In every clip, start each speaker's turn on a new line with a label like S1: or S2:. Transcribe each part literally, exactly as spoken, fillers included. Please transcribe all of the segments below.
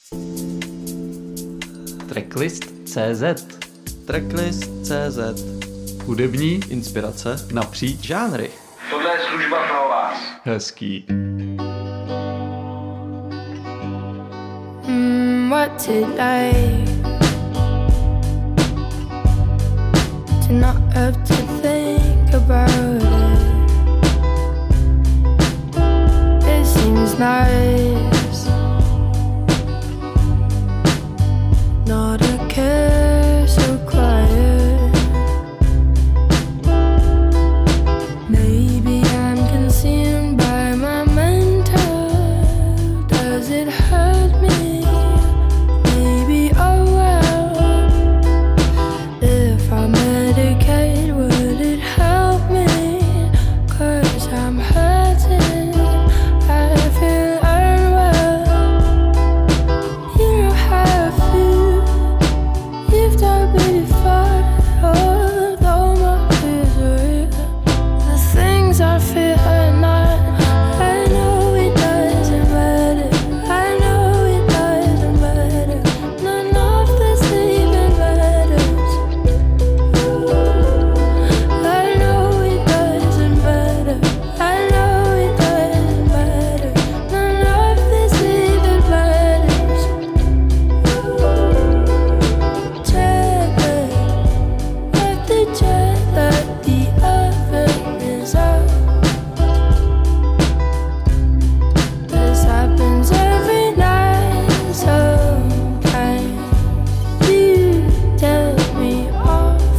S1: Tracklist tečka cé zet
S2: Tracklist tečka cé zet
S1: Hudební
S2: Inspirace
S1: napříč žánry.
S3: Tohle je služba pro vás.
S1: Hezký.
S4: Mm, what's it like to not have to think about it? It seems nice, not a care, so quiet. Maybe I'm consumed by my mental. Does it hurt me? Maybe, oh well. If I medicate, would it help me? 'Cause I'm hurting, I feel unwell. You know how I feel, you've done me before. Although my fears are real, the things I fear are not. I know it doesn't matter, I know it doesn't matter. None of this even matters. I know it doesn't matter, I know it doesn't matter. None of this even matters. Jet lag, let the jet lag, the oven is out. This happens every night, sometimes you tell me off.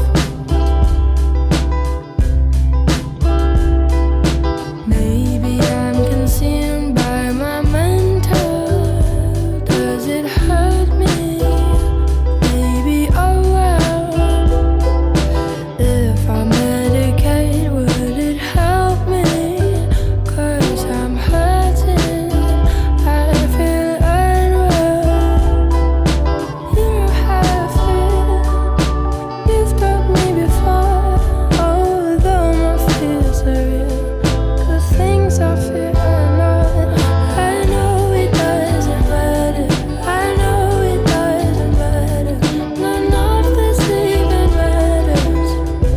S4: Maybe I'm consumed by my mental. Does it hurt me? Maybe, oh well. If I medicate, would it help me? 'Cause I'm hurting, I feel unwell. You know how I feel, you've told me before. Although my fears are real, the things I fear are not. I know it doesn't matter, I know it doesn't matter. None of this even matters.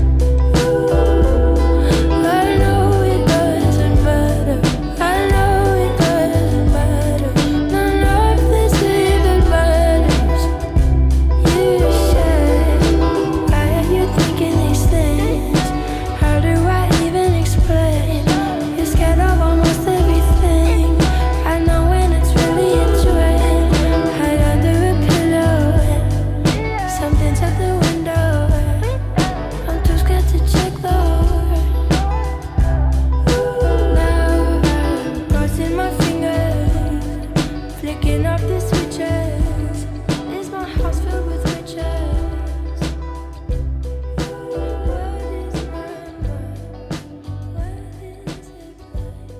S4: I know it doesn't matter, I know it doesn't matter. None of this even matters. You say, why are you thinking these things? How do I even explain? You're scared of almost everything. I know when it's really in train. Hide under a pillow, something's at the window. I'm too scared to check though. Now, crossing my fingers, flicking up the switches. Is my house filled with witches? What is my mind? What is it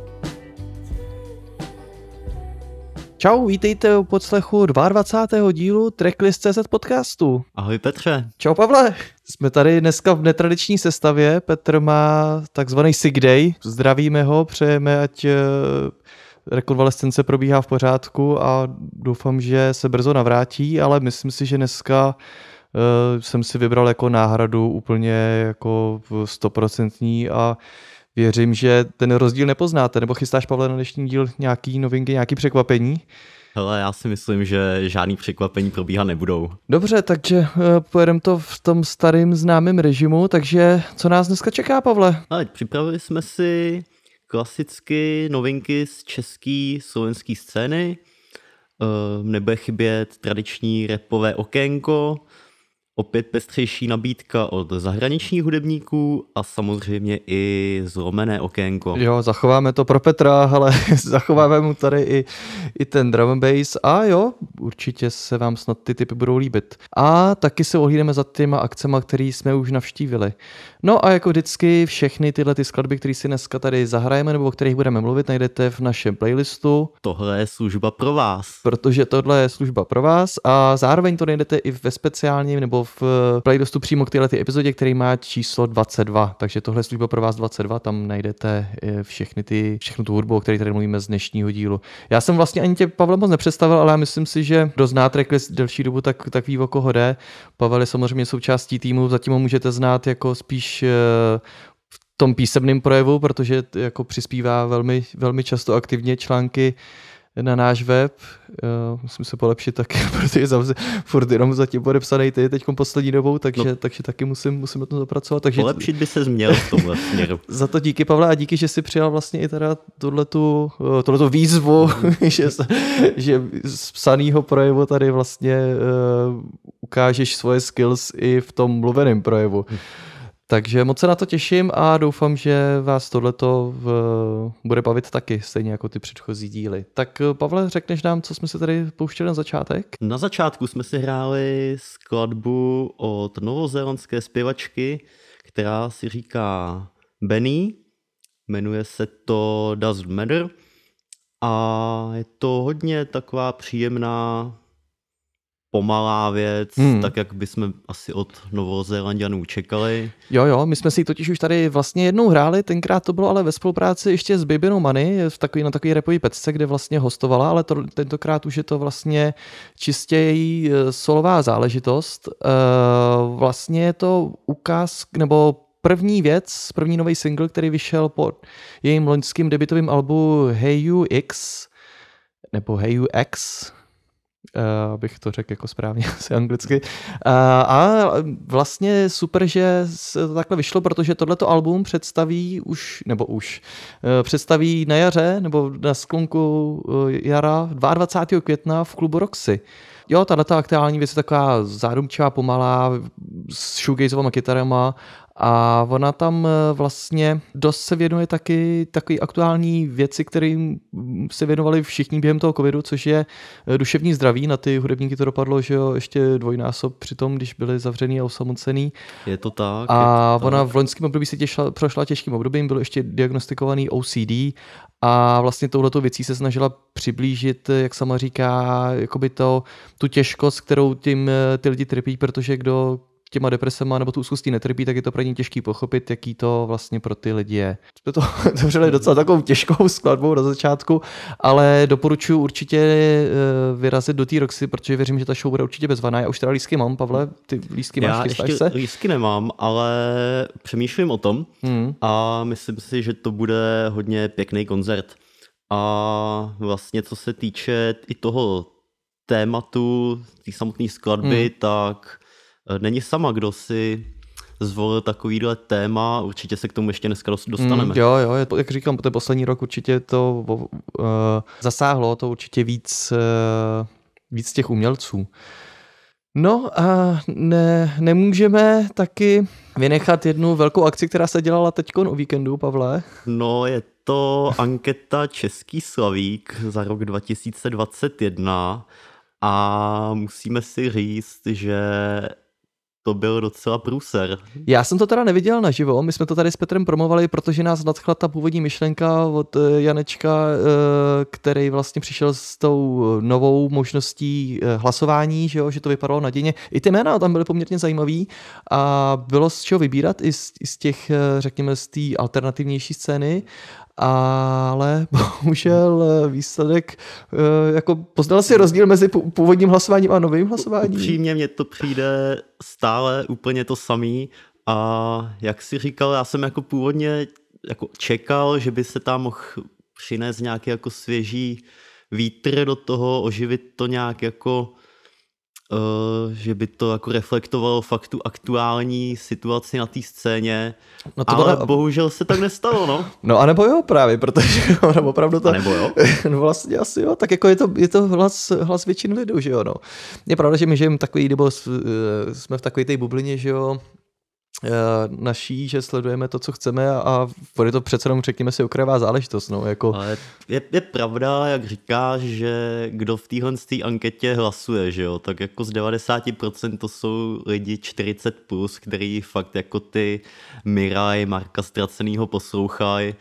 S4: like?
S2: Čau, vítejte u podslechu dvacátého druhého dílu Tracklist tečka cé zet podcastu.
S5: Ahoj Petře.
S2: Čau Pavle, jsme tady dneska v netradiční sestavě, Petr má takzvaný sick day, zdravíme ho, přejeme, ať eh, rekonvalescence probíhá v pořádku a doufám, že se brzo navrátí, ale myslím si, že dneska eh, jsem si vybral jako náhradu úplně jako stoprocentní a věřím, že ten rozdíl nepoznáte, nebo chystáš, Pavle, na dnešní díl nějaký novinky, nějaký překvapení?
S5: Hele, já si myslím, že žádný překvapení probíhat nebudou.
S2: Dobře, takže uh, pojedeme to v tom starým známém režimu, takže co nás dneska čeká, Pavle?
S5: Ale připravili jsme si klasicky novinky z české, slovenské scény. Uh, nebude chybět tradiční rapové okénko, opět pestřejší nabídka od zahraničních hudebníků a samozřejmě i zlomené okénko.
S2: Jo, zachováme to pro Petra, ale zachováme mu tady i, i ten drum and bass a jo, určitě se vám snad ty typy budou líbit. A taky se ohlídeme za těma akcema, které jsme už navštívili. No a jako vždycky všechny tyhle ty skladby, které si dneska tady zahrajeme nebo o kterých budeme mluvit, najdete v našem playlistu.
S5: Tohle je služba pro vás.
S2: Protože tohle je služba pro vás a zároveň to najdete i ve speciálním nebo v playlistu přímo k této epizodě, který má číslo dvacet dva. Takže tohle je služba pro vás dvacet dva, tam najdete všechny ty, všechnu tu hudbu, o které tady mluvíme z dnešního dílu. Já jsem vlastně ani tě, Pavle, moc nepředstavil, ale já myslím si, že kdo zná tracklist delší dobu, tak, tak ví, o koho jde. Pavel je samozřejmě součástí týmu, zatím ho můžete znát jako spíš v tom písemném projevu, protože jako přispívá velmi, velmi často aktivně články na náš web. Uh, musím se polepšit taky, protože jsem furt jenom zatím podepsaný ty teďkom poslední dobou, takže, no. takže taky musím, musím na tom zapracovat. Takže
S5: polepšit by se změl v tomhle směru.
S2: Za to díky, Pavle, a díky, že jsi přijal vlastně i teda tohletu, tohletu výzvu, že, že z psanýho projevu tady vlastně uh, ukážeš svoje skills i v tom mluveném projevu. Hmm. Takže moc se na to těším a doufám, že vás tohleto v, bude bavit taky, stejně jako ty předchozí díly. Tak Pavle, řekneš nám, co jsme se tady pouštěli na začátek?
S5: Na začátku jsme si hráli skladbu od novozélandské zpěvačky, která si říká Benny, jmenuje se to Doesn't Matter a je to hodně taková příjemná pomalá věc, hmm. tak jak bychom asi od Novozélanďanů čekali.
S2: Jo, jo, my jsme si totiž už tady vlastně jednou hráli, tenkrát to bylo ale ve spolupráci ještě s Babynou Money, v takový, na takový rapový pecce, kde vlastně hostovala, ale to, tentokrát už je to vlastně čistě její solová záležitost. E, vlastně je to ukaz, nebo první věc, první nový single, který vyšel po jejím loňským debutovém albu Hey You X, nebo Hey You X, Uh, abych to řekl jako správně asi anglicky. Uh, a vlastně super, že se to takhle vyšlo, protože tohleto album představí už, nebo už, uh, představí na jaře, nebo na sklonku uh, jara dvacátého druhého května v klubu Roxy. Jo, tato aktuální věc je taková zárumčivá, pomalá, s shoegazovými kytarama a ona tam vlastně dost se věnuje taky takový aktuální věci, kterým se věnovali všichni během toho covidu, což je duševní zdraví. Na ty hudebníky to dopadlo, že jo, ještě dvojnásob při tom, když byli zavřený a osamocený.
S5: Je to tak.
S2: A
S5: je to
S2: ona
S5: tak.
S2: v loňském období si těšla, prošla těžkým obdobím, byl ještě diagnostikovaný O C D a vlastně touhletou věcí se snažila přiblížit, jak sama říká, jakoby to, tu těžkost, kterou tím ty lidi trpí, protože kdo těma depresema nebo tu úzkostí netrpí, tak je to pro ně těžký pochopit, jaký to vlastně pro ty lidi je. Jsme to otevřeli docela takovou těžkou skladbou na začátku, ale doporučuji určitě vyrazit do té Roxy, protože věřím, že ta show bude určitě bezvaná. Já už teda lístky mám, Pavle, ty lístky máš,
S5: Já
S2: chystáš
S5: ještě
S2: se?
S5: lístky nemám, ale přemýšlím o tom hmm. a myslím si, že to bude hodně pěkný koncert. A vlastně co se týče i toho tématu, té samotné skladby, hmm. tak není sama, kdo si zvolil takovýhle téma, určitě se k tomu ještě dneska dostaneme.
S2: Mm, jo, jo, jak říkám, ten poslední rok určitě to uh, zasáhlo, to určitě víc, uh, víc těch umělců. No a ne, nemůžeme taky vynechat jednu velkou akci, která se dělala teďkon o víkendu, Pavle.
S5: No, je to anketa Český slavík za rok dva tisíce dvacet jedna a musíme si říct, že to byl docela průser.
S2: Já jsem to teda neviděl naživo, my jsme to tady s Petrem promovali, protože nás nadchla ta původní myšlenka od Janečka, který vlastně přišel s tou novou možností hlasování, že, jo, že to vypadalo nadějně. I ty jména tam byly poměrně zajímavý a bylo z čeho vybírat i z, i z těch, řekněme, z té alternativnější scény, ale bohužel výsledek, jako poznal si rozdíl mezi původním hlasováním a novým hlasováním?
S5: Upřímně mně to přijde stále úplně to samý a jak si říkal, já jsem jako původně jako čekal, že by se tam mohl přinést nějaký jako svěží vítr do toho, oživit to nějak jako, uh, že by to jako reflektovalo fakt tu aktuální situaci na té scéně, no to ale bylo... bohužel se tak nestalo, no.
S2: No a nebo jo právě, protože ono opravdu to...
S5: A nebo jo?
S2: No vlastně asi jo, tak jako je to, je to hlas, hlas většiny lidů, že jo, no. Je pravda, že my žijeme takový, nebo jsme v takové té bublině, že jo, naší, že sledujeme to, co chceme a, a bude to přece jenom, řekněme si, okrajová záležitost. No, jako...
S5: Ale je, je pravda, jak říkáš, že kdo v téhle anketě hlasuje, že jo, tak jako z devadesát procent to jsou lidi čtyřicet plus, který fakt jako ty Miraj, Marka Ztracenýho poslouchají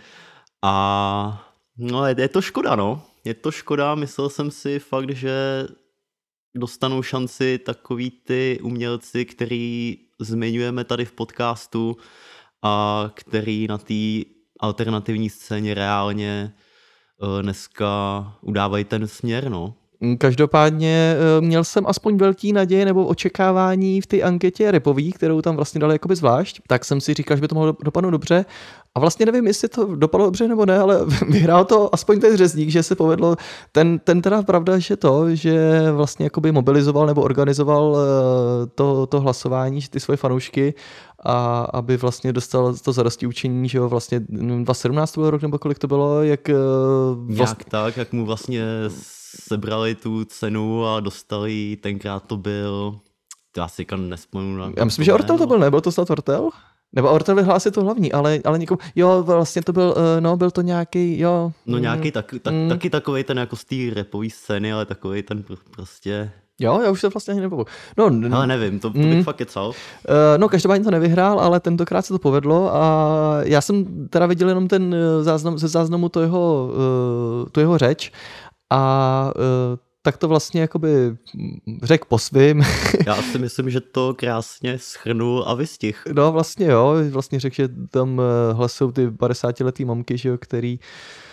S5: a no je, je to škoda, no. Je to škoda, myslel jsem si fakt, že dostanou šanci takový ty umělci, který zmiňujeme tady v podcastu a který na té alternativní scéně reálně dneska udávají ten směr, no.
S2: Každopádně eh, měl jsem aspoň velký naděje nebo očekávání v té anketě repový, kterou tam vlastně dali jakoby zvlášť, tak jsem si říkal, že by to mohlo dopadnout dobře. A vlastně nevím, jestli to dopadlo dobře nebo ne, ale vyhrál to aspoň ten Řezník, že se povedlo, ten, ten teda pravda, že to, že vlastně jakoby mobilizoval nebo organizoval eh, to, to hlasování, že ty svoje fanoušky, a aby vlastně dostal to zadosti učení, že jo, vlastně dva tisíce sedmnáct byl rok, nebo kolik to bylo, jak eh,
S5: Nějak
S2: vlastně,
S5: tak, jak mu vlastně sebrali tu cenu a dostali, tenkrát to byl, to já si říkám nespomenu na...
S2: já myslím, že Ortel to byl, nebyl to snad Ortel? Nebo Ortel vyhlásil to hlavní, ale, ale někomu, jo, vlastně to byl, eh, no, byl to nějaký, jo.
S5: No
S2: mm,
S5: nějaký tak, tak,
S2: mm.
S5: taky takovej ten jako z té rapové scény, ale takovej ten pr- prostě...
S2: Jo, já už to vlastně ani nepovu. No, n-
S5: Ale nevím, to, to bych
S2: Mm.
S5: fakt kecal.
S2: Eh, No, každopádně to nevyhrál, ale tentokrát se to povedlo a já jsem teda viděl jenom ten eh, záznam, ze záznamu to jeho, eh, tu jeho řeč a eh, tak to vlastně jakoby řekl po svým.
S5: Já si myslím, že to krásně schrnul a vystih.
S2: No vlastně jo, vlastně řekl, že tam eh, hlasují ty padesátiletý mamky, že jo, který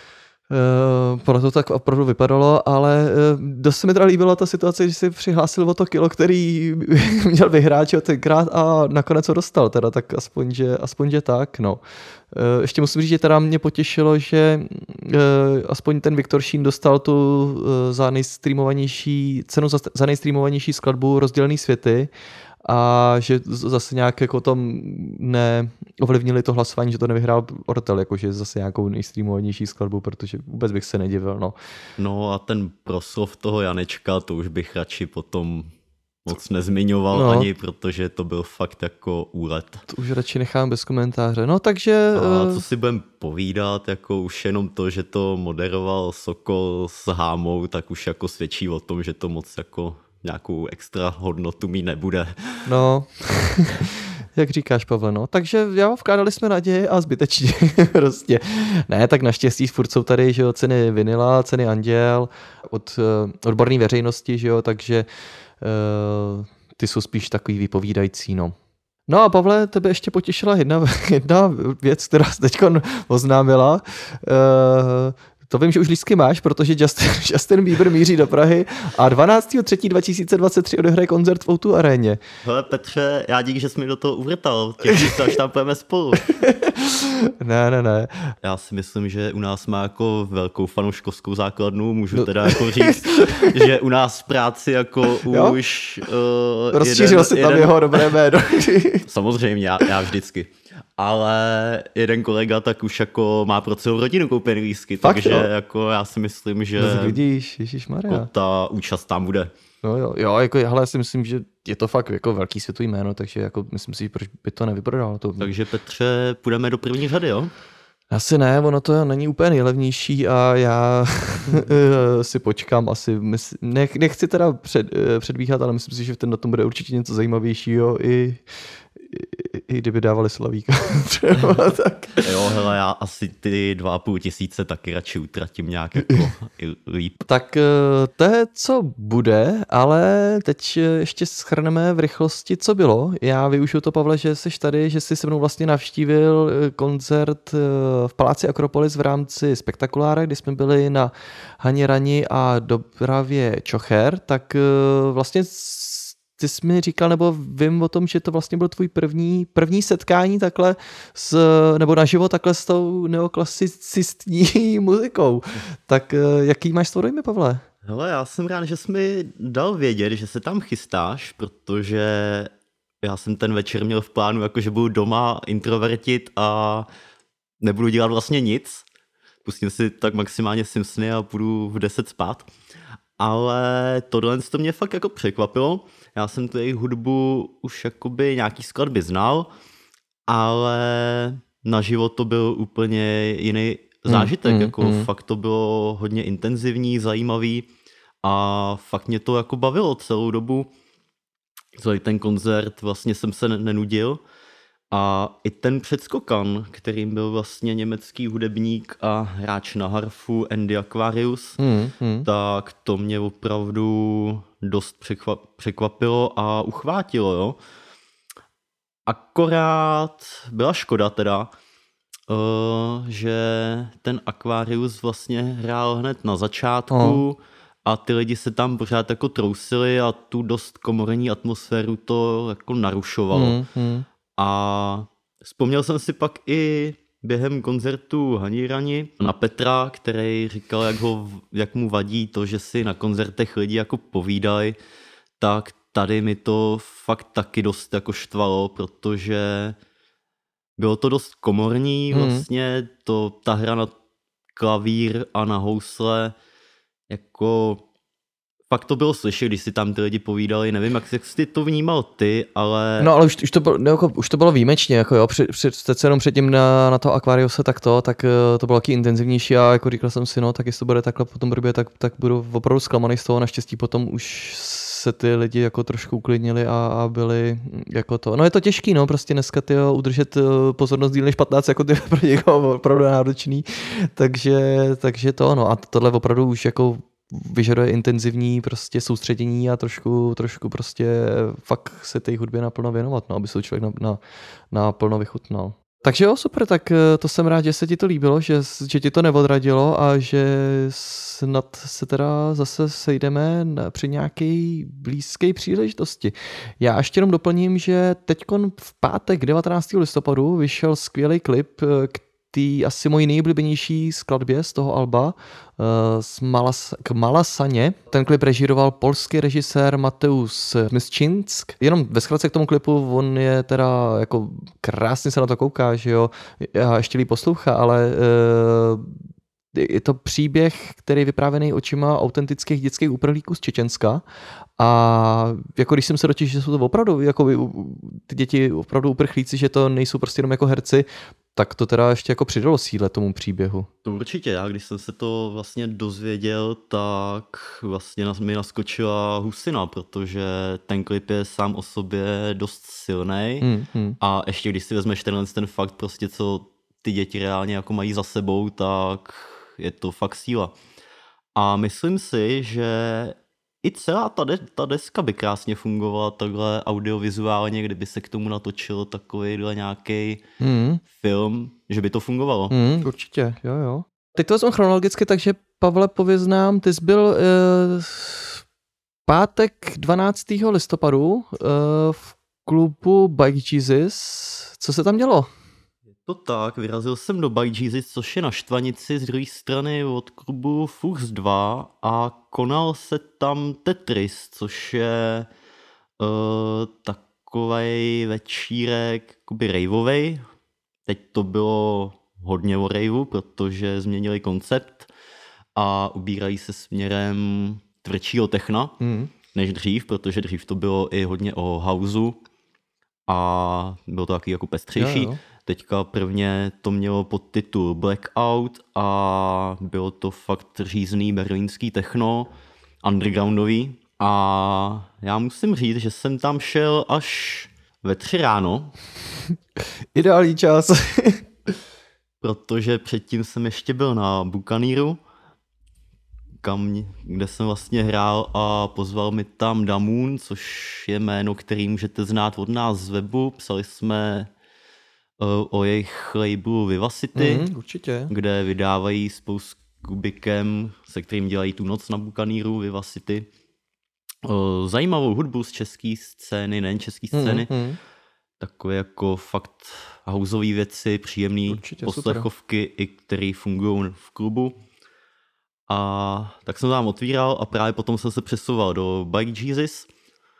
S2: Uh, proto to tak opravdu vypadalo, ale uh, dost se mi teda líbila ta situace, že si přihlásil o to kilo, který měl vyhrát že, tenkrát a nakonec ho dostal, teda tak aspoň, že, aspoň, že tak, no. Uh, ještě musím říct, že teda mě potěšilo, že uh, aspoň ten Viktor Šín dostal tu uh, za nejstreamovanější, cenu za, za nejstreamovanější skladbu Rozdělený světy, a že zase nějak jako tam neovlivnili to hlasování, že to nevyhrál Ortel, jakože zase nějakou nejstreamovanější skladbu, protože vůbec bych se nedivil, no.
S5: No a ten proslov toho Janečka, to už bych radši potom moc nezmiňoval
S2: No.
S5: ani, protože to byl fakt jako úlet.
S2: To už radši nechám bez komentáře, no takže...
S5: A
S2: eh,
S5: co si budem povídat, jako už jenom to, že to moderoval Sokol s Hámou, tak už jako svědčí o tom, že to moc jako nějakou extra hodnotu mít nebude.
S2: No, jak říkáš, Pavle, no. Takže jo, vkládali jsme naděje a zbytečně prostě. Ne, tak naštěstí furt jsou tady, že jo, ceny Vinila, ceny Anděl od uh, odborné veřejnosti, že jo, takže uh, ty jsou spíš takový vypovídající, no. No a Pavle, tebe ještě potěšila jedna, jedna věc, která se teď oznámila. Uh, To vím, že už lístky máš, protože Justin, Justin Bieber míří do Prahy a dvanáctého třetího dva tisíce dvacet tři odehraje koncert v ó dva aréně.
S5: Hele Petře, já díky, že jsi mi do toho uvrtal, těším se, až tam pojeme spolu.
S2: Ne, ne, ne.
S5: Já si myslím, že u nás má jako velkou fanouškovskou základnu, můžu teda jako říct, že u nás v práci jako
S2: Jo?
S5: už... Uh,
S2: Rozšířil si tam jeho dobré jméno.
S5: Samozřejmě, já, já vždycky. Ale jeden kolega tak už jako má pro celou rodinu koupený lístky,
S2: Fakt,
S5: takže
S2: jo?
S5: jako já si myslím, že
S2: No, vidíš,
S5: jako
S2: ježišmarja.
S5: ta účast tam bude.
S2: No jo, jo, jako, hele, já si myslím, že je to fakt jako velký světový jméno, takže jako myslím si, proč by to nevyprodalo. To...
S5: Takže Petře, půjdeme do první řady, jo?
S2: Asi ne, ono to není úplně nejlevnější a já si počkám asi, mysl... Nech, nechci teda před, předbíhat, ale myslím si, že v ten na tom bude určitě něco zajímavějšího i, i, i kdyby dávali Slavíka. Třeba, tak.
S5: Jo, hele, já asi ty dva a půl tisíce taky radši utratím nějak jako líp.
S2: Tak to je, co bude, ale teď ještě shrneme v rychlosti, co bylo. Já využiju to, Pavle, že jsi tady, že jsi se mnou vlastně navštívil koncert v Paláci Akropolis v rámci Spektakulára, kdy jsme byli na Haně Rani a Dobravě Čocher, tak vlastně ty jsi mi říkal, nebo vím o tom, že to vlastně byl tvůj první, první setkání takhle s, nebo naživo takhle s tou neoklasicistní muzikou. Tak jaký máš svůj dojmy, Pavle?
S5: Hele, já jsem rád, že jsi mi dal vědět, že se tam chystáš, protože já jsem ten večer měl v plánu, jako že budu doma introvertit a nebudu dělat vlastně nic. Pustím si tak maximálně Simpsony a půjdu v deset spát. Ale tohle to mě fakt jako překvapilo. Já jsem tu jejich hudbu už jakoby nějaký skladby znal, ale naživo to byl úplně jiný zážitek. Mm, jako mm. Fakt to bylo hodně intenzivní, zajímavý a fakt mě to jako bavilo celou dobu. Celý ten koncert vlastně jsem se nenudil. A i ten předskokan, kterým byl vlastně německý hudebník a hráč na harfu Andy Aquarius,
S2: hmm, hmm.
S5: tak to mě opravdu dost překvapilo a uchvátilo, jo. Akorát byla škoda teda, uh, že ten Aquarius vlastně hrál hned na začátku
S2: oh.
S5: a ty lidi se tam pořád jako trousili a tu dost komorní atmosféru to jako narušovalo.
S2: Hmm, hmm.
S5: A vzpomněl jsem si pak i během koncertu Hanírani na Petra, který říkal, jak, ho, jak mu vadí to, že si na koncertech lidi jako povídají, tak tady mi to fakt taky dost jako štvalo, protože bylo to dost komorní
S2: Hmm.
S5: vlastně, to, ta hra na klavír a na housle, jako fakt to bylo slyšet, když si tam ty lidi povídali, nevím, jak, jak jsi to vnímal ty, ale...
S2: No ale už, už, to, bylo, ne, jako, už to bylo výjimečně, jako jo, před, před, přece jenom předtím na, na to Aquariose tak to, tak uh, to bylo taky intenzivnější a jako říkal jsem si, no tak jestli to bude takhle potom době, tak, tak budu opravdu zklamaný z toho, naštěstí potom už se ty lidi jako trošku uklidnili a, a byli jako to, no je to těžký, no prostě dneska ty udržet pozornost díl než patnáct jako ty pro někoho opravdu náročný, takže, takže to, no a tohle opravdu už jako vyžaduje intenzivní prostě soustředění a trošku, trošku prostě fakt se té hudbě naplno věnovat, no, aby se to člověk na, na, naplno vychutnal. Takže jo, super, tak to jsem rád, že se ti to líbilo, že, že ti to neodradilo a že snad se teda zase sejdeme na, při nějaké blízké příležitosti. Já ještě jenom doplním, že teďkon v pátek devatenáctého listopadu vyšel skvělý klip k té asi mojí nejoblíbenější skladbě z toho alba z Malas, k Malasaně. Ten klip režíroval polský režisér Mateusz Miszczynsk. Jenom ve zkratce k tomu klipu, on je teda jako krásně se na to kouká, že jo, a ještě líp poslouchá, ale je to příběh, který je vyprávěný očima autentických dětských uprchlíků z Čečenska. A jako když jsem se dočil, že jsou to opravdu jako ty děti opravdu uprchlíci, že to nejsou prostě jenom jako herci, tak to teda ještě jako přidalo síle tomu příběhu.
S5: To určitě, já když jsem se to vlastně dozvěděl, tak vlastně mi naskočila husina, protože ten klip je sám o sobě dost silnej
S2: Hmm, hmm.
S5: a ještě když si vezmeš tenhle ten fakt prostě, co ty děti reálně jako mají za sebou, tak je to fakt síla. A myslím si, že i celá ta, de- ta deska by krásně fungovala takhle audiovizuálně, kdyby se k tomu natočil takovýhle nějaký
S2: Hmm.
S5: film, že by to fungovalo.
S2: Hmm, určitě, jo, jo. Teď to vezmu chronologicky, takže Pavle, pověz nám, ty jsi byl eh, pátek dvanáctého listopadu eh, v klubu Bike Jesus. Co se tam dělo?
S5: To tak, vyrazil jsem do Bike Jesus, což je na Štvanici z druhé strany od klubu Fuchs dva a konal se tam Tetris, což je uh, takovej večírek jakoby raveovej. Teď to bylo hodně o raveu, protože změnili koncept a ubírají se směrem tvrdšího techna
S2: Hmm.
S5: než dřív, protože dřív to bylo i hodně o houseu a bylo to taky jako pestřejší.
S2: Jo, jo.
S5: Teďka prvně to mělo podtitul Blackout a bylo to fakt řízný berlínský techno, undergroundový. A já musím říct, že jsem tam šel až ve tři ráno,
S2: Ideální čas.
S5: protože předtím jsem ještě byl na Buccaneeru, kam, kde jsem vlastně hrál a pozval mi tam Damoon, což je jméno, který můžete znát od nás z webu. Psali jsme uh, o jejich labelu Vivacity,
S2: Hmm, určitě.
S5: kde vydávají spolu s Kubikem, se kterým dělají tu noc na Buccaneeru, Vivacity. Uh, zajímavou hudbu z české scény, nejen české scény,
S2: Hmm, hmm.
S5: takové jako fakt houseové věci, příjemné
S2: Určitě,
S5: poslechovky, i které fungují v klubu. A tak jsem tam otvíral a právě potom jsem se přesouval do Bike Jesus.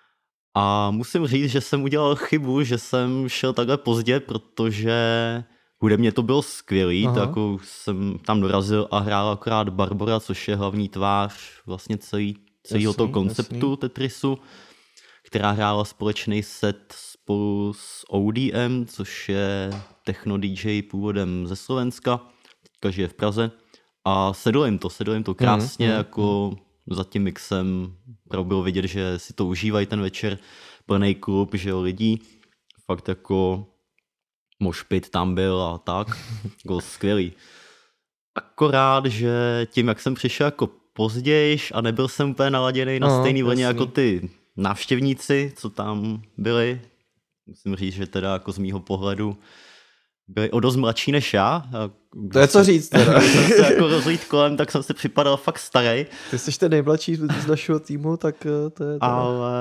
S5: A musím říct, že jsem udělal chybu, že jsem šel takhle pozdě, protože hudebně to bylo skvělý, tak jako jsem tam dorazil a hrál akorát Barbora, což je hlavní tvář vlastně celý, celého toho
S2: Jasný,
S5: konceptu
S2: jasný.
S5: Tetrisu, která hrála společný set spolu s O D M, což je techno D J původem ze Slovenska, teďka žije v Praze. A sedlo jim to, sedlo jim to krásně,
S2: Mm, mm,
S5: jako za tím mixem opravdu bylo vidět, že si to užívají ten večer, plný klub, že jo, lidí, fakt jako mošpit tam byl a tak, jako skvělý. Akorát, že tím, jak jsem přišel jako pozdějiš a nebyl jsem úplně naladěný na
S2: No,
S5: stejný vlně
S2: jasný.
S5: jako ty návštěvníci, co tam byli, musím říct, že teda jako z mýho pohledu byli o dost mladší než já. A
S2: To je co říct teda.
S5: Když jsem se jako rozlít kolem, tak jsem si připadal fakt starý.
S2: Ty jsi ten nejmladší z našeho týmu, tak eh, to je to.
S5: Ale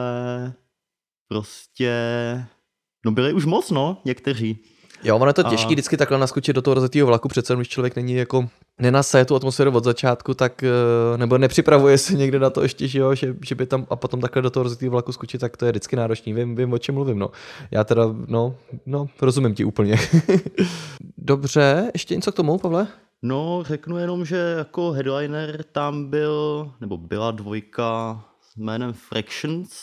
S5: prostě, no byli už moc, no, někteří.
S2: Jo, ono je to
S5: A-
S2: těžký vždycky takhle naskočit do toho rozjetého vlaku, přece jenom, když člověk není jako nenasaje tu atmosféru od začátku, tak eh, nebo nepřipravuje se někde na to ještě, že jo, že, že by tam a potom takhle do toho rozjetého vlaku skočit, tak to je vždycky náročný. Vím, vím, o čem mluvím, no. Já teda, no, no, rozumím ti úplně. Dobře, ještě něco k tomu, Pavle?
S5: No, řeknu jenom, že jako headliner tam byl, nebo byla dvojka s jménem Fractions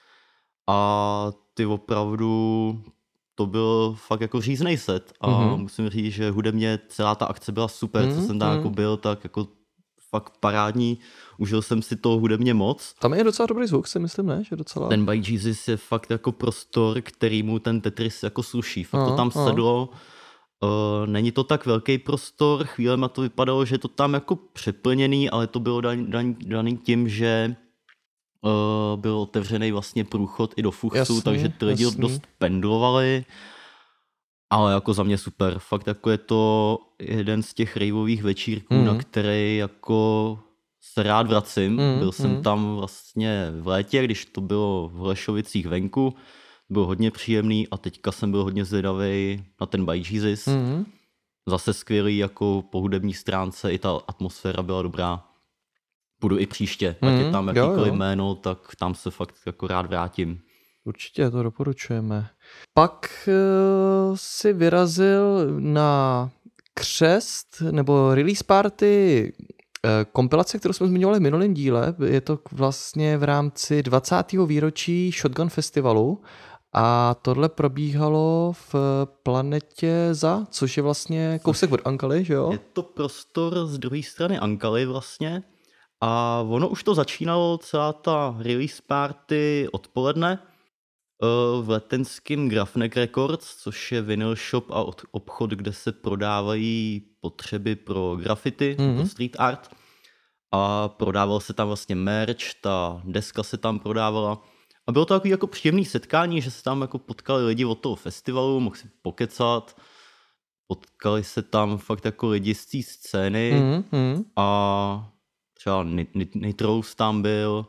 S5: a ty opravdu, to byl fakt jako říznej set a
S2: Mhm.
S5: musím říct, že hudebně celá ta akce byla super,
S2: Mhm,
S5: co jsem tam
S2: mhm.
S5: jako byl, tak jako fakt parádní, užil jsem si to hudebně moc.
S2: Tam je docela dobrý zvuk, si myslím, ne? Že docela...
S5: Ten By Jesus je fakt jako prostor, kterýmu ten Tetris jako sluší. Fakt to
S2: Aha,
S5: tam
S2: aha.
S5: sedlo. Uh, není to tak velký prostor, chvílema to vypadalo, že je to tam jako přeplněný, ale to bylo daný, daný, daný tím, že uh, byl otevřený vlastně průchod i do Fuchsu,
S2: Jasný,
S5: takže ty lidi
S2: jasný.
S5: dost pendlovali. Ale jako za mě super. Fakt jako je to jeden z těch raveových večírků,
S2: Mhm.
S5: na který jako se rád vracím.
S2: Mhm,
S5: Byl jsem
S2: mhm.
S5: tam vlastně v létě, když to bylo v Holešovicích venku. Byl hodně příjemný a teďka jsem byl hodně zvědavý na ten By Jesus.
S2: Mhm.
S5: Zase skvělý jako po hudební stránce, i ta atmosféra byla dobrá. Budu i příště, ať
S2: Mhm,
S5: je tam
S2: jo,
S5: jakýkoliv
S2: jo.
S5: jméno, tak tam se fakt jako rád vrátím.
S2: Určitě, to doporučujeme. Pak uh, si vyrazil na křest nebo release party uh, kompilace, kterou jsme zmiňovali v minulém díle. Je to vlastně v rámci dvacátého výročí Shotgun Festivalu a tohle probíhalo v Planetě za, což je vlastně kousek od Ankaly, že jo?
S5: Je to prostor z druhé strany Ankaly vlastně a ono už to začínalo, celá ta release party odpoledne eh, v letenském Grafnek Records, což je vinyl shop a od- obchod, kde se prodávají potřeby pro graffiti,
S2: Mhm.
S5: pro street art a prodával se tam vlastně merch, ta deska se tam prodávala a bylo to takový jako příjemný setkání, že se tam jako potkali lidi od toho festivalu, mohli si pokecat, potkali se tam fakt jako lidi z té scény
S2: Mhm, mhm.
S5: a třeba Ni- Ni- Nitrous tam byl,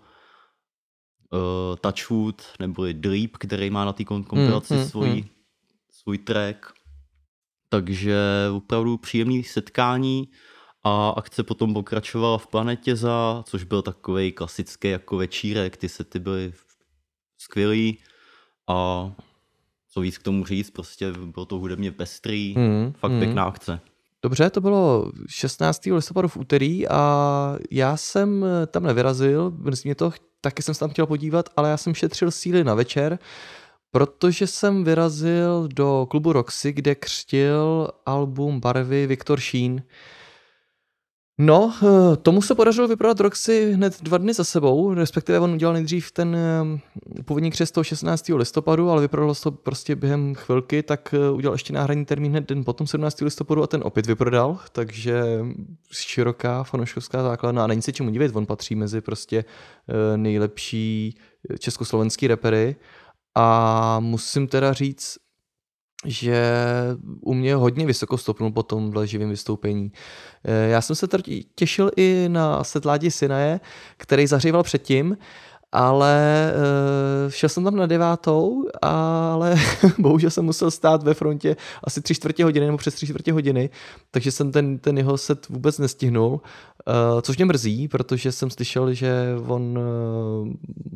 S5: uh, Touchwood neboli Dreep, který má na té kom- kompilaci
S2: mm,
S5: svůj,
S2: mm.
S5: svůj track. Takže opravdu příjemný setkání a akce potom pokračovala v Planetě za, což byl takovej klasický jako večírek, ty sety byly skvělý a co víc k tomu říct, prostě bylo to hudebně pestrý,
S2: Mm,
S5: fakt
S2: mm.
S5: pěkná akce.
S2: Dobře, to bylo šestnáctého listopadu v úterý a já jsem tam nevyrazil, mrzí mě to, taky jsem se tam chtěl podívat, ale já jsem šetřil síly na večer, protože jsem vyrazil do klubu Roxy, kde křtil album Barvy Viktor Sheen. No, eh, tomu se podařilo vyprodat Roxy hned dva dny za sebou, respektive on udělal nejdřív ten eh, původní křest toho šestnáctého listopadu, ale vyprodalo se to prostě během chvilky, tak eh, udělal ještě náhradní termín hned den potom sedmnáctého listopadu a ten opět vyprodal, takže široká fanouškovská základna a není se čemu divit, on patří mezi prostě eh, nejlepší československý rapery a musím teda říct, že u mě hodně vysoko stopnul po tomhle živém vystoupení. Eh, Já jsem se teda těšil i na set Ládi Sinaje, který zahříval předtím, ale eh, šel jsem tam na devátou, ale bohužel jsem musel stát ve frontě asi tři čtvrtě hodiny nebo přes tři čtvrtě hodiny, takže jsem ten, ten jeho set vůbec nestihnul, eh, což mě mrzí, protože jsem slyšel, že on eh,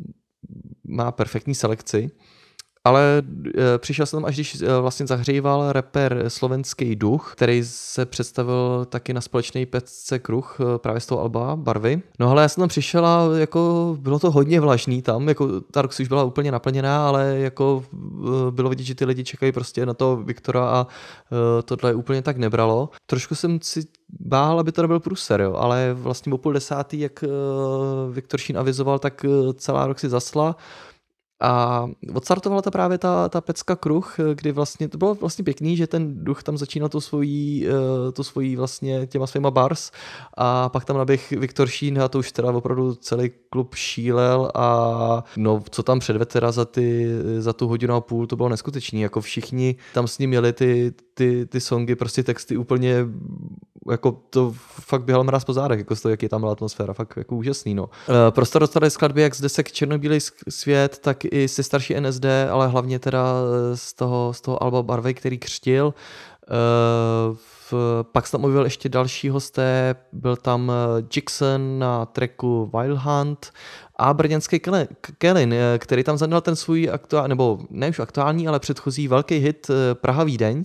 S2: má perfektní selekci. Ale e, přišel jsem tam, až když e, vlastně zahříval rapper Slovenský duch, který se představil taky na společné pecce Kruh e, právě z toho alba Barvy. No ale já jsem tam přišel a jako bylo to hodně vlažný tam, jako ta Roxy už byla úplně naplněná, ale jako e, bylo vidět, že ty lidi čekají prostě na toho Viktora a e, tohle úplně tak nebralo. Trošku jsem si bál, aby to nebyl průser, jo, ale vlastně o půl desátý, jak e, Viktor Sheen avizoval, tak e, celá Roxy zasla. A odstartovala to právě ta, ta pecka Kruh, kdy vlastně to bylo vlastně pěkný, že ten duch tam začínal tu svojí, tu svojí vlastně těma svýma bars a pak tam naběh Viktor Šín a to už teda opravdu celý klub šílel a no, co tam předvedl teda za, ty, za tu hodinu a půl, to bylo neskutečný, jako všichni tam s ním měli ty, ty, ty songy, prostě texty úplně, jako to fakt běhal mráz po zádech, jako z toho, jak je tam byla atmosféra, fakt jako úžasný, no. Prostor dostali skladby jak z desek Černobílej svět, tak i se starší N S D, ale hlavně teda z toho, z toho alba Barvej, který křtil. V, pak jsem tam mluvil ještě další hosté, byl tam Jackson na tracku Wild Hunt a brněnský Kelin, který tam zanil ten svůj aktuální, nebo ne už aktuální, ale předchozí velký hit Praha Vídeň.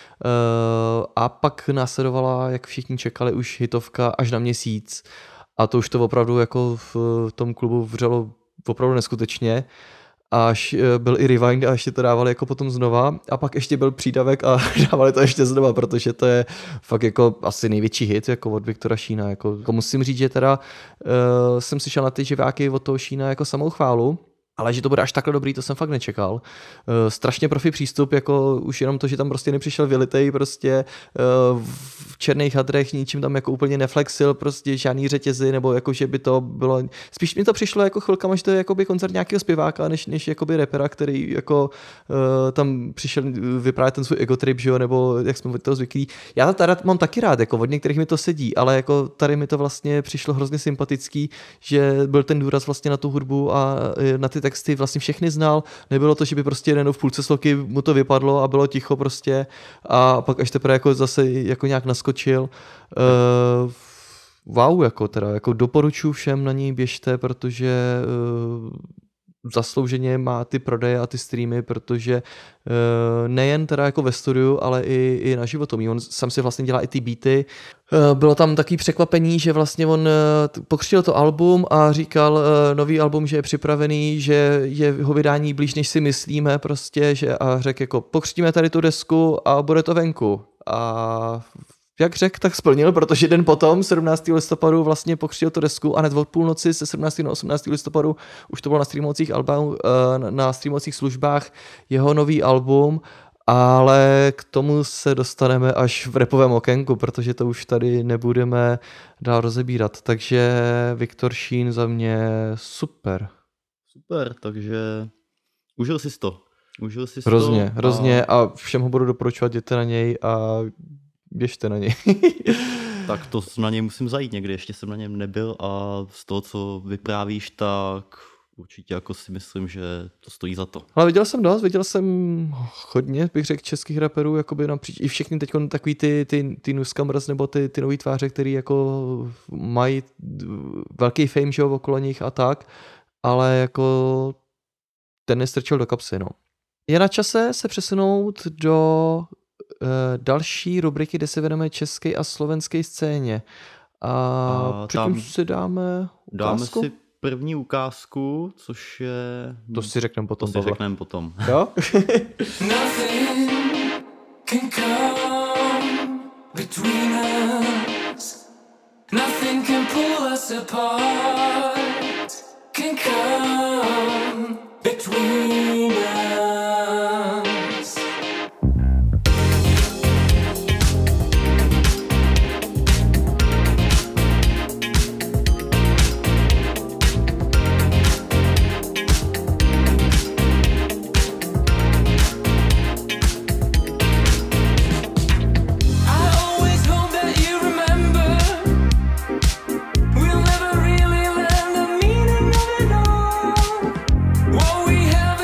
S2: A pak následovala, jak všichni čekali, už hitovka Až na měsíc. A to už to opravdu jako v tom klubu vřelo opravdu neskutečně. Až byl i rewind a ještě to dávali jako potom znova a pak ještě byl přídavek a dávali to ještě znova, protože to je fakt jako asi největší hit jako od Viktora Šína. Jako, jako musím říct, že teda uh, jsem slyšel na ty živáky od toho Šína jako samou chválu, ale že to bude až takhle dobrý, to jsem fakt nečekal. Uh, strašně profi přístup, jako už jenom to, že tam prostě nepřišel vylitej prostě uh, v černých hadrech, ničím tam jako úplně neflexil, prostě žádný řetězy, nebo jako, že by to bylo, spíš mi to přišlo jako chvilkama, že to je jakoby koncert nějakého zpěváka, než, než jakoby rapera, který jako uh, tam přišel vyprávět ten svůj ego trip, že jo, nebo jak jsme od toho zvyklí. Já to tady mám taky rád, jako od některých mi to sedí, ale jako tady mi to vlastně přišlo hrozně sympatický, že byl ten důraz vlastně na tu hudbu a na ty texty vlastně všechny znal, nebylo to, že by prostě jenom v půlce sloky mu to vypadlo a bylo ticho prostě a pak až teprve jako zase jako nějak naskočil. Uh, wow, jako teda, jako doporučuji všem na ní běžte, protože uh, zaslouženě má ty prodeje a ty streamy, protože uh, nejen teda jako ve studiu, ale i, i na životomí. On sám si vlastně dělá i ty beaty. Uh, bylo tam takový překvapení, že vlastně on uh, pokřtil to album a říkal uh, nový album, že je připravený, že je ho vydání blíž, než si myslíme prostě, že a řekl jako pokřtíme tady tu desku a bude to venku. A jak řekl, tak splnil, protože den potom, sedmnáctého listopadu, vlastně pokřtil tu desku a hned od půlnoci se sedmnáctého na osmnáctého listopadu už to bylo na streamovacích album, na streamovacích službách jeho nový album, ale k tomu se dostaneme až v rapovém okénku, protože to už tady nebudeme dál rozebírat. Takže Viktor Šín za mě super.
S5: Super, takže užil jsi to. Užil jsi
S2: hrozně,
S5: to.
S2: Hrozně a... a všem ho budu doporučovat, jděte na něj a běžte na něj.
S5: Tak to na něj musím zajít někdy, ještě jsem na něm nebyl a z toho, co vyprávíš, tak určitě jako si myslím, že to stojí za to.
S2: Ale viděl jsem dost, viděl jsem hodně, bych řekl, českých raperů, jakoby napříč, i všechny teď takový ty, ty, ty newscomers nebo ty, ty nový tváře, který jako mají velký fame, že jo, okolo nich a tak, ale jako ten nestrčil do kapsy, no. Je na čase se přesunout do uh, další rubriky, kde se věnujeme české a slovenské scéně. A, a předtím si dáme ukázku?
S5: Dáme si první ukázku, což je...
S2: To si řekneme potom.
S5: To si řekneme potom.
S2: Jo?
S6: Nothing can come between us. Nothing can pull us apart. Can come between us. We'll never really learn the meaning of it all. What we have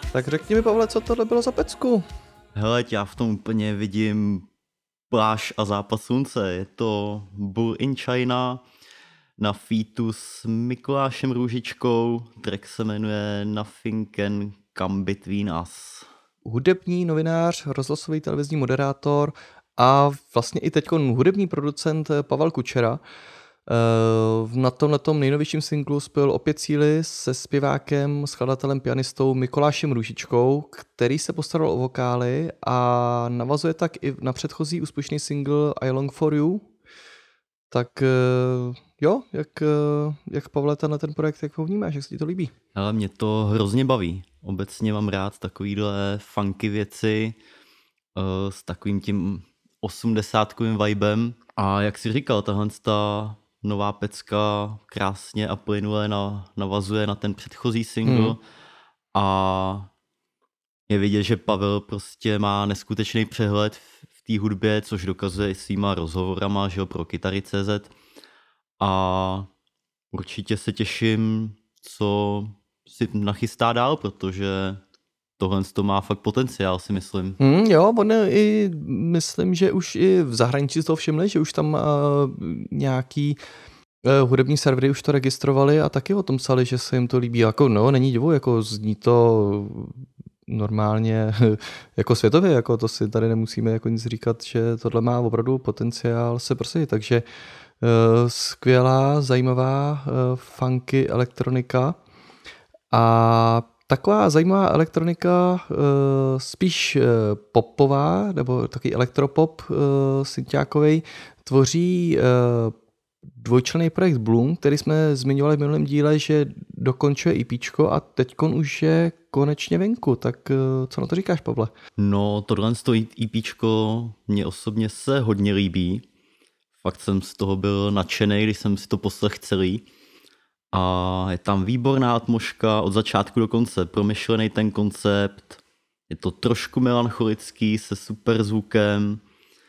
S2: Tak řekni mi, Pavle, co tohle bylo za pecku?
S5: Hele, já v tom úplně vidím pláž a západ slunce. Je to Bull in China na featu s Mikulášem Růžičkou. Track se jmenuje Nothing Can Come Between Us.
S2: Hudební novinář, rozhlasový televizní moderátor a vlastně i teď hudební producent Pavel Kučera. Na tomhletom nejnovějším singlu spojil opět síly se zpěvákem, skladatelem, pianistou Mikulášem Růžičkou, který se postaral o vokály a navazuje tak i na předchozí úspěšný single I Long For You. Tak jo, jak, jak Pavle, tenhle ten projekt, jak ho vnímáš, jak se ti to líbí?
S5: Ale mě to hrozně baví. Obecně mám rád takovýhle funky věci uh, s takovým tím osmdesátkovým vibem. A jak jsi říkal, tahle ta nová pecka krásně a plynule na, navazuje na ten předchozí single. Hmm. A je vidět, že Pavel prostě má neskutečný přehled v, v té hudbě, což dokazuje i svýma rozhovorama, že jo, pro Kytary tečka cé zet. A určitě se těším, co si nachystá dál, protože tohle to má fakt potenciál, si myslím.
S2: Mm, jo, on i myslím, že už i v zahraničí z toho všimli, že už tam uh, nějaký uh, hudební servery už to registrovali a taky o tom psali, že se jim to líbí. Jako no, není divu, jako zní to normálně jako světově, jako to si tady nemusíme jako nic říkat, že tohle má opravdu potenciál se prosadit, takže uh, skvělá, zajímavá uh, funky elektronika a taková zajímavá elektronika, spíš popová, nebo takový elektropop synťákovej, tvoří dvojčlenný projekt Bloom, který jsme zmiňovali v minulém díle, že dokončuje EPčko a teďkon už je konečně venku. Tak co na to říkáš, Pavle?
S5: No, tohle EPčko mě osobně se hodně líbí. Fakt jsem z toho byl nadšený, když jsem si to poslech celý. A je tam výborná atmosféra od začátku do konce, promyšlený ten koncept, je to trošku melancholický se super zvukem.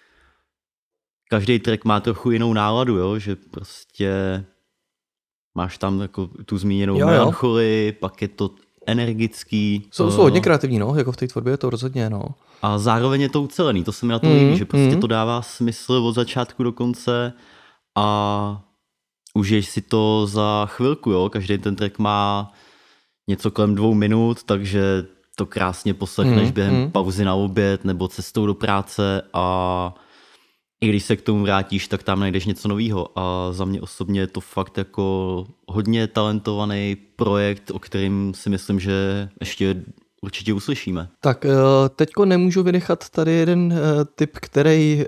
S5: Každý track má trochu jinou náladu, jo? Že prostě máš tam jako tu zmíněnou jo, melancholii, jo. Pak je to energický.
S2: Jsou, jsou hodně kreativní, no, jako v té tvorbě je to rozhodně, no.
S5: A zároveň je to ucelený, to se mi na to mm, líbí, že prostě mm. to dává smysl od začátku do konce a užiješ si to za chvilku, jo. Každý ten track má něco kolem dvou minut, takže to krásně poslechneš mm, během mm. pauzy na oběd nebo cestou do práce a i když se k tomu vrátíš, tak tam najdeš něco nového. A za mě osobně je to fakt jako hodně talentovaný projekt, o kterým si myslím, že ještě určitě uslyšíme.
S2: Tak teďko nemůžu vynechat tady jeden tip, který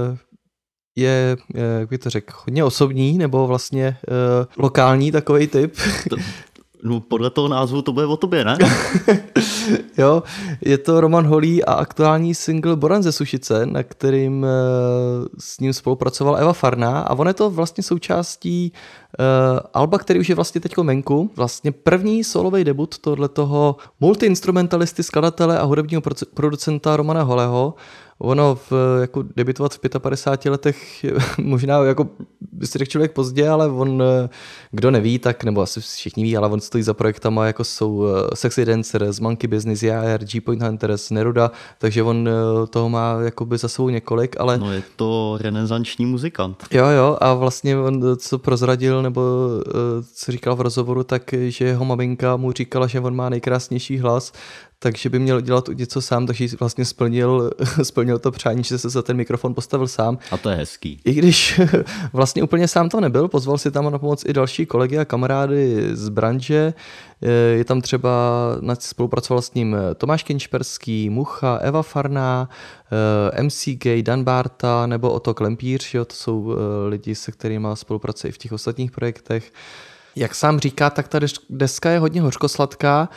S2: je, jak bych to řekl, hodně osobní, nebo vlastně lokální takovej tip.
S5: To, no podle toho názvu to bude o tobě, ne?
S2: Jo, je to Roman Holý a aktuální single Boran ze Sušice, na kterým s ním spolupracovala Eva Farná a on je to vlastně součástí uh, alba, který už je vlastně teďko venku, vlastně první solový debut tohletoho multiinstrumentalisty, skladatele a hudebního producenta Romana Holého. Ono v, jako debutovat v padesát pěti letech možná jako by si řekl člověk pozdě, ale on, kdo neví, tak nebo asi všichni ví, ale on stojí za projektama jako jsou Sexy Dancers, Monkey Business, J R, G-Point Hunters, Neruda, takže on toho má jakoby za sebou několik, ale...
S5: No je to renesanční muzikant.
S2: Jo, jo, a vlastně on co prozradil, nebo co říkal v rozhovoru, tak že jeho maminka mu říkala, že on má nejkrásnější hlas, takže by měl dělat něco sám, takže vlastně splnil, splnil to přání, že se za ten mikrofon postavil sám.
S5: A to je hezký.
S2: I když vlastně úplně sám to nebyl, pozval si tam na pomoc i další kolegy a kamarády z branže. Je tam třeba, spolupracoval s ním Tomáš Kinčperský, Mucha, Eva Farná, M C Gay, Dan Barta nebo Otto Klempíř, jo, to jsou lidi, se kterými spolupracuje i v těch ostatních projektech. Jak sám říká, tak ta deska je hodně hořkosladká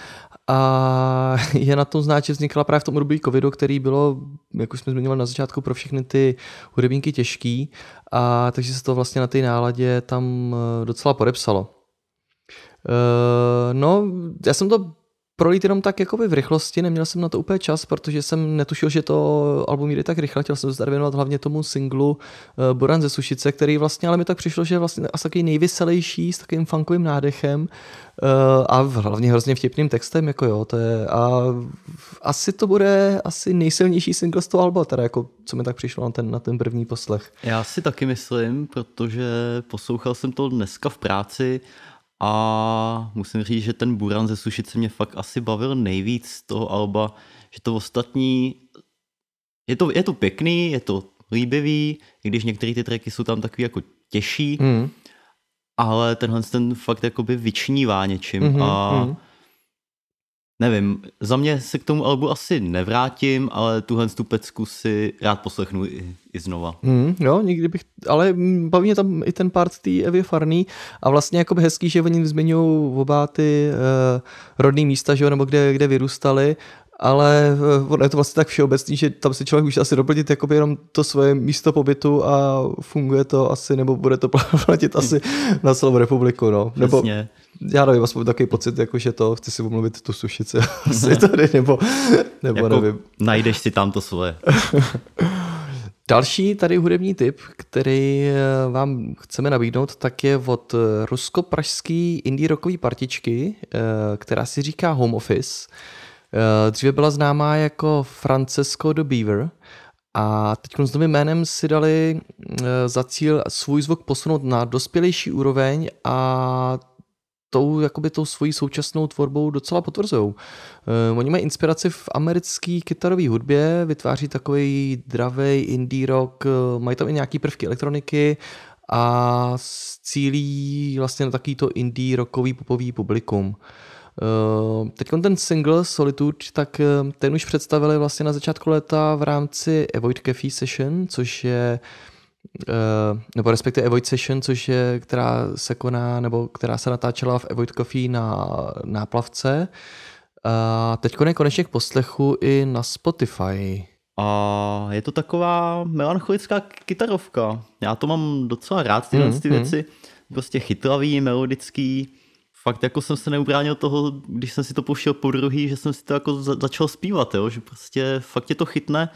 S2: a je na tom znát, že vznikla právě v tom období covidu, který bylo, jak už jsme zmiňovali na začátku, pro všechny ty hudebníky těžký, a takže se to vlastně na té náladě tam docela podepsalo. No, já jsem to projít jenom tak jakoby v rychlosti, neměl jsem na to úplně čas, protože jsem netušil, že to album jde tak rychle, chtěl jsem se tady věnovat hlavně tomu singlu uh, Buran ze Sušice, který vlastně, ale mi tak přišlo, že je vlastně asi takový nejvyselejší, s takovým funkovým nádechem uh, a hlavně hrozně vtipným textem, jako jo, to je, a asi to bude asi nejsilnější single z toho alba, teda jako, co mi tak přišlo na ten, na ten první poslech.
S5: Já si taky myslím, protože poslouchal jsem to dneska v práci a musím říct, že ten Buran ze Sušice mě fakt asi bavil nejvíc z toho alba, že to ostatní, je to, je to pěkný, je to líbivý, i když některé ty tracky jsou tam takový jako těžší,
S2: Mm.
S5: ale tenhle ten fakt jakoby vyčnívá něčím
S2: Mm-hmm,
S5: a
S2: mm. nevím, za mě se k tomu albu asi nevrátím, ale tuhle tu pecku si rád poslechnu i, i znova. Hmm, jo, nikdy bych, ale baví mě tam i ten part té Evy Farný a vlastně jakoby hezký, že oni zmiňují oba ty uh, rodný místa, že jo, nebo kde, kde vyrůstali, ale uh, je to vlastně tak všeobecný, že tam si člověk může asi doplnit jakoby jenom to svoje místo pobytu a funguje to asi, nebo bude to platit asi na celou republiku, no. Nebo,
S5: Přesně.
S2: já nevím, aspoň takový pocit, jako, že to chci si omluvit tu Sušici asi tady, nebo, nebo
S5: jako
S2: nevím.
S5: Najdeš si tam to svoje.
S2: Další tady hudební tip, který vám chceme nabídnout, tak je od rusko-pražský indie rockové partičky, která si říká Home Office. Dříve byla známá jako Francesco the Beaver a teď s novým jménem si dali za cíl svůj zvuk posunout na dospělejší úroveň a tou, jakoby tou svojí současnou tvorbou docela potvrzujou. Uh, oni mají inspiraci v americké kytarové hudbě, vytváří takový dravej indie rock, uh, mají tam i nějaký prvky elektroniky a cílí vlastně na takový to indie rockový popový publikum. Uh, teď ten single Solitude, tak uh, ten už představili vlastně na začátku léta v rámci Avoid Cafe Session, což je Uh, nebo respektive Avoid Session, což je, která se koná, nebo která se natáčela v Avoid Coffee na náplavce. A teď je konečně k poslechu i na Spotify.
S5: A je to taková melancholická kytarovka. Já to mám docela rád, tyhle
S2: Mm,
S5: ty věci. Prostě chytlavý, melodický. Fakt jako jsem se neubránil toho, když jsem si to pouštěl po druhý, že jsem si to jako za- začal zpívat, jo? Že prostě fakt tě to chytne.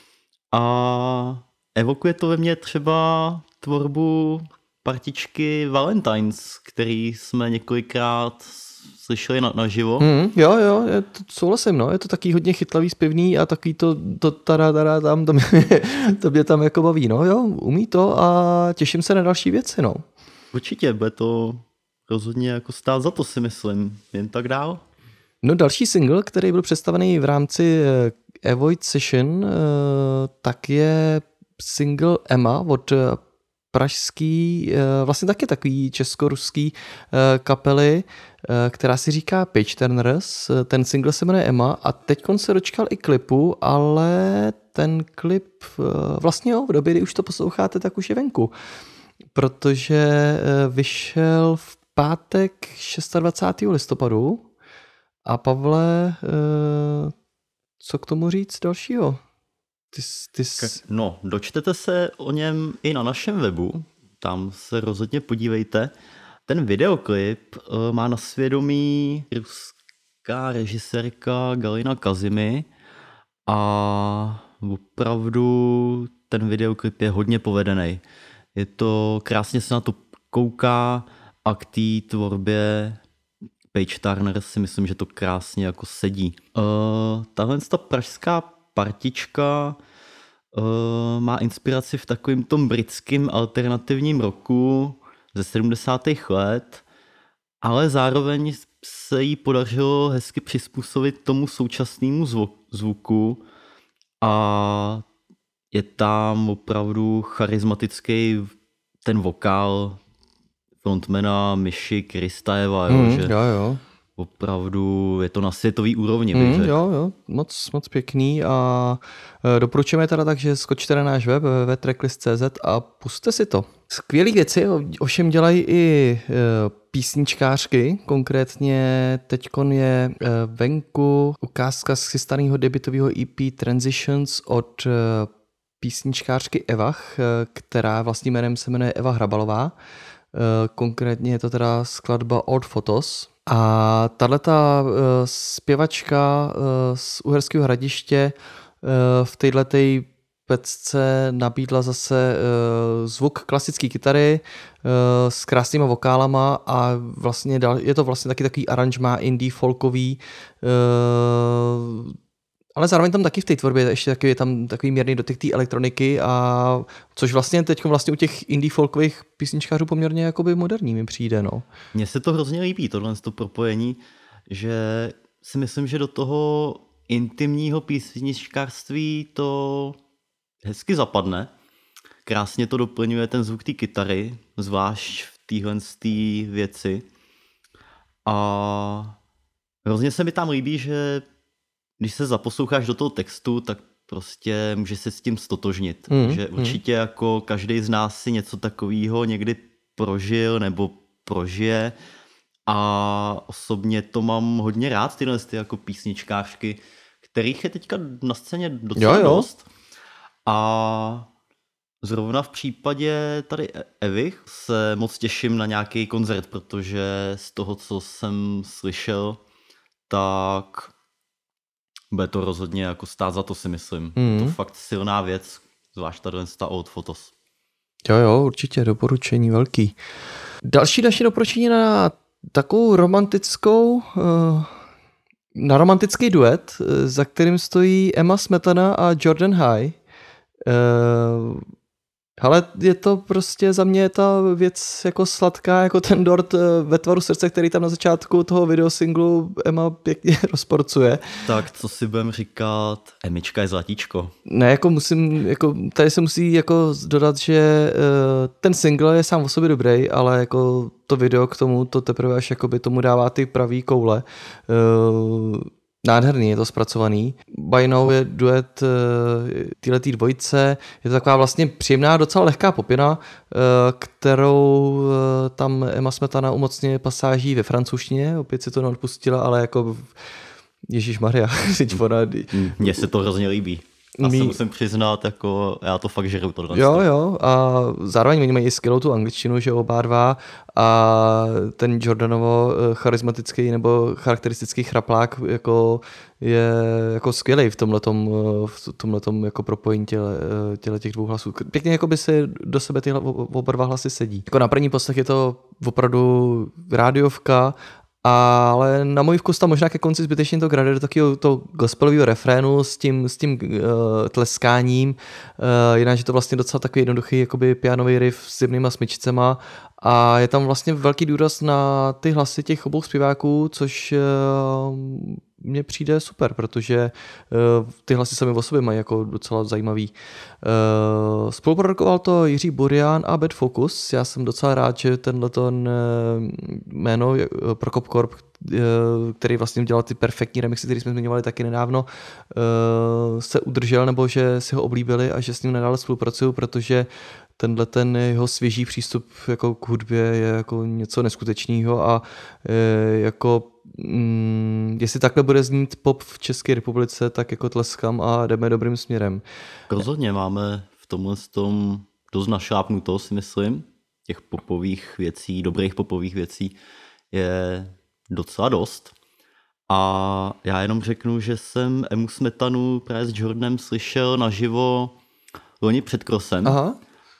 S5: A evokuje to ve mně třeba tvorbu partičky Valentines, který jsme několikrát slyšeli na, naživo.
S2: Mm, jo, jo, je to, souhlasím, no. Je to taky hodně chytlavý, zpěvný a takový to, to tada, tada, tam, to mě, to mě tam jako baví, no jo, umí to a těším se na další věci, no.
S5: Určitě, bude to rozhodně jako stát za to, si myslím. Jen tak dál.
S2: No další single, který byl představený v rámci Avoid Session, tak je single Emma od pražský, vlastně taky takový česko-ruský kapely, která si říká Page Turners. Ten single se jmenuje Emma a teď se dočkal i klipu, ale ten klip vlastně jo, v době, kdy už to posloucháte, tak už je venku. Protože vyšel v pátek dvacátého šestého listopadu a Pavle, co k tomu říct dalšího? Ty, ty jsi...
S5: No, dočtete se o něm i na našem webu, tam se rozhodně podívejte. Ten videoklip uh, má na svědomí ruská režisérka Galina Kazimy a opravdu ten videoklip je hodně povedený. Je to, krásně se na to kouká a k té tvorbě Page Turner si myslím, že to krásně jako sedí. Uh, tahle ta pražská partička uh, má inspiraci v takovém tom britském alternativním roku ze sedmdesátých let, ale zároveň se jí podařilo hezky přizpůsobit tomu současnému zvuku a je tam opravdu charismatický ten vokál frontmana Miši Krystajeva, jo,
S2: mm,
S5: že
S2: jo, jo.
S5: opravdu je to na světový úrovni.
S2: Mm,
S5: bych řekl.
S2: jo, jo, moc, moc pěkný a e, doporučujeme teda tak, že skočte na náš web w w w tečka tracklist tečka c z a pusťte si to. Skvělý věci ovšem dělají i e, písničkářky, konkrétně teďkon je e, venku ukázka z chystaného debutového E P Transitions od e, písničkářky Evach, e, která vlastním jménem se jmenuje Eva Hrabalová. E, konkrétně je to teda skladba Old Photos. A tahleta uh, zpěvačka uh, z Uherského Hradiště uh, v této pecce nabídla zase uh, zvuk klasické kytary uh, s krásnýma vokálama a vlastně dal, je to vlastně taky takový aranžmá indie folkový, uh, ale zároveň tam taky v té tvorbě ještě taky je tam takový mírný dotyk té elektroniky, a což vlastně teď vlastně u těch indie folkových písničkářů poměrně jakoby moderní mi přijde. No.
S5: Mně se to hrozně líbí, tohle to propojení, že si myslím, že do toho intimního písničkářství to hezky zapadne. Krásně to doplňuje ten zvuk té kytary, zvlášť v téhle věci. A hrozně se mi tam líbí, že když se zaposloucháš do toho textu, tak prostě může se s tím stotožnit. Mm, že určitě mm. jako každý z nás si něco takového někdy prožil nebo prožije, a osobně to mám hodně rád, tyhle ty jako písničkářky, kterých je teďka na scéně docela jo, jo. dost. A zrovna v případě tady Evy se moc těším na nějaký koncert, protože z toho, co jsem slyšel, tak bude to rozhodně jako stát za to, si myslím. Mm. To je fakt silná věc, zvlášť tady ta Old Photos.
S2: Jo, jo, určitě doporučení velký. Další další doporučení na takovou romantickou, na romantický duet, za kterým stojí Emma Smetana a Jordan High. Ale je to prostě za mě ta věc jako sladká, jako ten dort ve tvaru srdce, který tam na začátku toho videosinglu Emma pěkně rozporcuje.
S5: Tak co si budem říkat, Emička je zlatíčko.
S2: Ne, jako musím, jako tady se musí jako dodat, že ten single je sám o sobě dobrý, ale jako to video k tomu, to teprve až jakoby tomu dává ty pravý koule. Nádherný je to zpracovaný. By Now je duet téhletý dvojice. Je to taková vlastně příjemná, docela lehká popina, kterou tam Emma Smetana umocňuje pasáží ve francouzštině. Opět si to neodpustila, ale jako ježišmarja.
S5: Mně se to hrozně líbí. A se musím přiznat, jako já to fakt žeru tohle.
S2: Jo, jo, a zároveň oni mají i skvělou tu angličtinu, že oba dva, a ten Jordanovo charismatický nebo charakteristický chraplák jako je jako skvělej v tomhletom, v tomhletom jako propojení těle, těle těch dvou hlasů. Pěkně jako by se do sebe tyhle oba dva hlasy sedí. Jako na první poslech je to opravdu rádiovka, ale na můj vkus tam možná ke konci zbytečně to graduje do takového to gospelového refrénu s tím, s tím uh, tleskáním, uh, jinak, že to vlastně docela takový jednoduchý jakoby pianový riff s jemnýma smyčcema, a je tam vlastně velký důraz na ty hlasy těch obou zpěváků, což uh, mně přijde super, protože uh, ty hlasy sami o sobě mají jako docela zajímavý. Uh, spoluprodukoval to Jiří Burian a Bad Focus. Já jsem docela rád, že tenhleton uh, jméno uh, Prokop Korp, uh, který vlastně dělal ty perfektní remixy, které jsme zmiňovali taky nedávno, uh, se udržel, nebo že si ho oblíbili a že s ním nadále spolupracují, protože tenhle ten jeho svěží přístup jako k hudbě je jako něco neskutečného, a e, jako mm, jestli takhle bude znít pop v České republice, tak jako tleskám a jdeme dobrým směrem.
S5: Rozhodně máme v tomhle tom dost našlápnuto, si myslím. Těch popových věcí, dobrých popových věcí je docela dost. A já jenom řeknu, že jsem Emu Smetanu právě s Jordanem slyšel naživo loni před Krosem. Aha.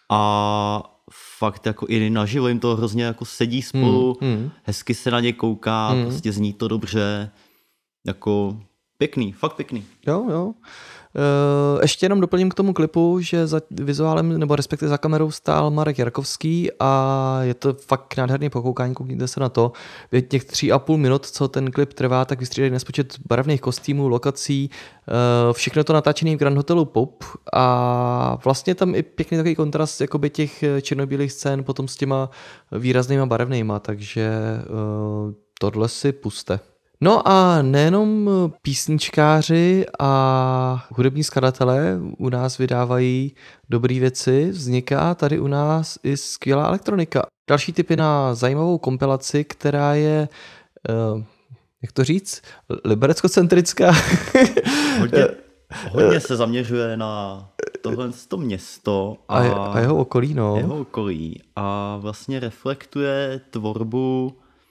S5: A fakt jako i naživo jim to hrozně jako sedí spolu, hmm, hmm. hezky se na ně kouká, hmm. prostě zní to dobře, jako pěkný, fakt pěkný.
S2: Jo, jo. Uh, ještě jenom doplním k tomu klipu, že za vizuálem, nebo respektive za kamerou stál Marek Jarkovský a je to fakt nádherný pokoukání, koukněte se na to. V těch tři a půl minut, co ten klip trvá, tak vystřídají nespočet barevných kostýmů, lokací, uh, všechno to natáčené v Grand Hotelu Pop, a vlastně tam i pěkný takový kontrast jakoby těch černobílých scén potom s těma výraznýma barevnýma, takže uh, tohle si puste. No a nejenom písničkáři a hudební skladatelé u nás vydávají dobré věci, vzniká tady u nás i skvělá elektronika. Další tipy na zajímavou kompilaci, která je, uh, jak to říct, libereckocentrická.
S5: Hodně, hodně se zaměřuje na tohle to město a,
S2: a, a jeho okolí, no.
S5: Jeho okolí a vlastně reflektuje tvorbu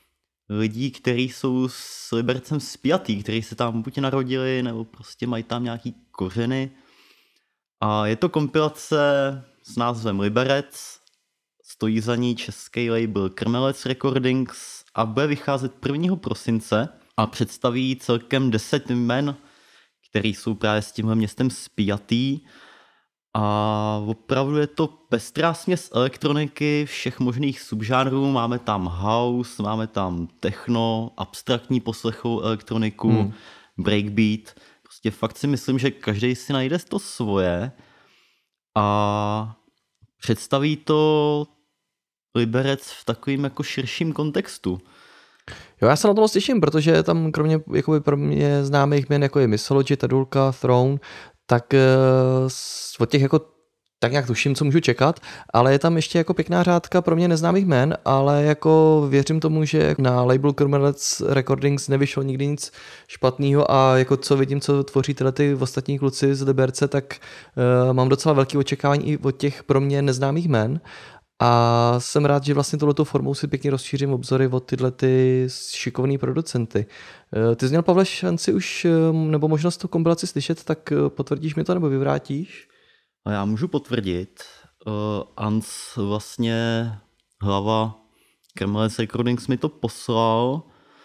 S5: lidí, kteří jsou s Libercem spjatý, kteří se tam buď narodili, nebo prostě mají tam nějaký kořeny. A je to kompilace s názvem Liberec, stojí za ní český label Krmelec Recordings a bude vycházet prvního prosince a představí celkem deset jmen, který jsou právě s tímhle městem spjatý. A opravdu je to pestrá směs elektroniky, všech možných subžánrů. Máme tam house, máme tam techno, abstraktní poslechovou elektroniku, hmm. breakbeat. Prostě fakt si myslím, že každý si najde to svoje a představí to Liberec v takovým jako širším kontextu.
S2: Jo, já se na to moc těším, protože tam kromě jakoby pro mě známých jmen, jako je Mythology, Tadulka, Throne, tak uh, od těch jako tak nějak tuším, co můžu čekat, ale je tam ještě jako pěkná řádka pro mě neznámých jmen, ale jako věřím tomu, že na label Krmelec Recordings nevyšlo nikdy nic špatného a jako co vidím, co tvoří tyhle ty ostatní kluci z Liberce, tak uh, mám docela velké očekávání i od těch pro mě neznámých jmen. A jsem rád, že vlastně tohletou formou si pěkně rozšířím obzory od tyhle ty šikovný producenty. Ty jsi měl, Pavle, šanci už, nebo možnost tu kompilaci slyšet, tak potvrdíš mi to nebo vyvrátíš?
S5: A já můžu potvrdit. Uh, Ans, vlastně hlava Krmelec Recordings, mi to poslal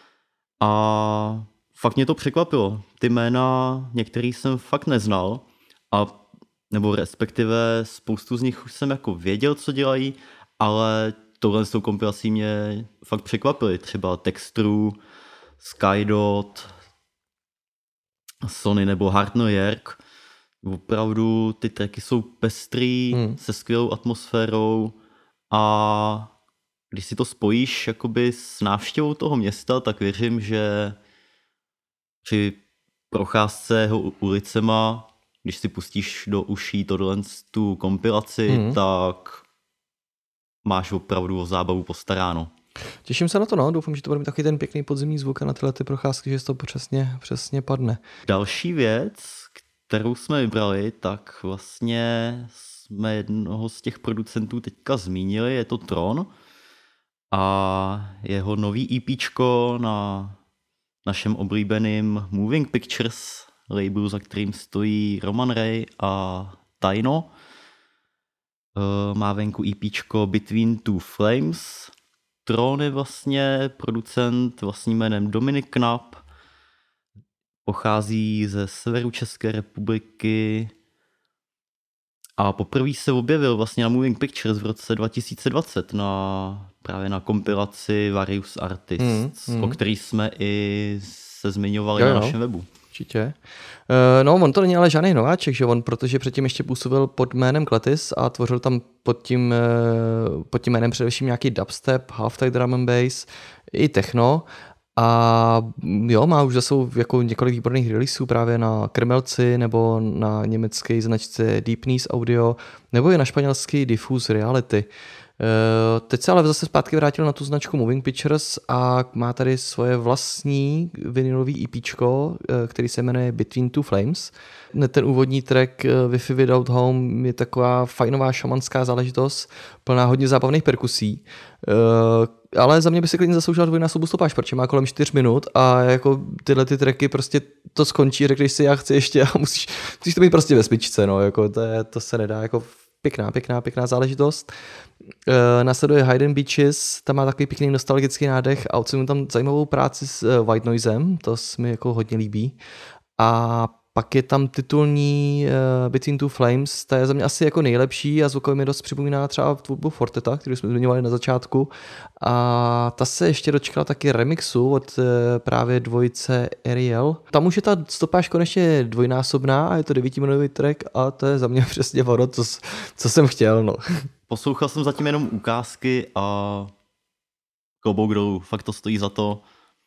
S5: a fakt mě to překvapilo. Ty jména některý jsem fakt neznal a nebo respektive spoustu z nich už jsem jako věděl, co dělají, ale tohle s tou kompilací mě fakt překvapily. Třeba Textru, Skydot, Sony nebo Hard New York. Opravdu ty tracky jsou pestrý, hmm. se skvělou atmosférou a když si to spojíš jakoby s návštěvou toho města, tak věřím, že při procházce jeho ulicema, když si pustíš do uší tohle tu kompilaci, mm. tak máš opravdu o zábavu postaráno.
S2: Těším se na to, no. Doufám, že to bude mít takový ten pěkný podzimní zvuk a na tyhle ty procházky, že to přesně, přesně padne.
S5: Další věc, kterou jsme vybrali, tak vlastně jsme jednoho z těch producentů teďka zmínili, je to Tron a jeho nový EPčko na našem oblíbeným Moving Pictures labelu, za kterým stojí Roman Ray a Taino. Má venku EPčko Between Two Flames. Tron je vlastně producent vlastním jménem Dominik Knapp. Pochází ze severu České republiky a poprvé se objevil vlastně na Moving Pictures v roce dva tisíce dvacet na, právě na kompilaci Various Artists, mm, mm. o který jsme i se zmiňovali jo, na našem webu.
S2: Určitě. No, on to není ale žádný nováček, že on, protože předtím ještě působil pod jménem Kletis a tvořil tam pod tím, pod tím jménem především nějaký dubstep, half-time drum and bass, i techno. A jo, má už zase jako několik výborných releaseů právě na Krmelci nebo na německé značce Deepness Audio nebo i na španělský Diffuse Reality. Teď se ale zase zpátky vrátil na tu značku Moving Pictures a má tady svoje vlastní vinylový EPčko, který se jmenuje Between Two Flames. Ten úvodní track Wi-Fi Without Home je taková fajnová šamanská záležitost, plná hodně zábavných perkusí. Ale za mě by se klidně zasloužila dvojnásobnou stopáž, protože má kolem čtyř minut a jako tyhle ty tracky prostě to skončí, řekneš si já chci ještě a musíš, musíš to být prostě ve smyčce, no, jako to, je, to se nedá, jako pěkná, pěkná, pěkná záležitost. E, následuje Hidden Beaches, tam má takový pěkný nostalgický nádech a ocením tam zajímavou práci s uh, White Noisem, to se mi jako hodně líbí. A pak je tam titulní uh, Between Two Flames, ta je za mě asi jako nejlepší a zvukově mi dost připomíná třeba tvorbu Forteta, kterou jsme zmiňovali na začátku. A ta se ještě dočkala taky remixu od uh, právě dvojice Ariel. Tam už je ta stopáž konečně dvojnásobná a je to devítiminutový track a to je za mě přesně ono, co, co jsem chtěl. No.
S5: Poslouchal jsem zatím jenom ukázky a klobouk dolů, fakt to stojí za to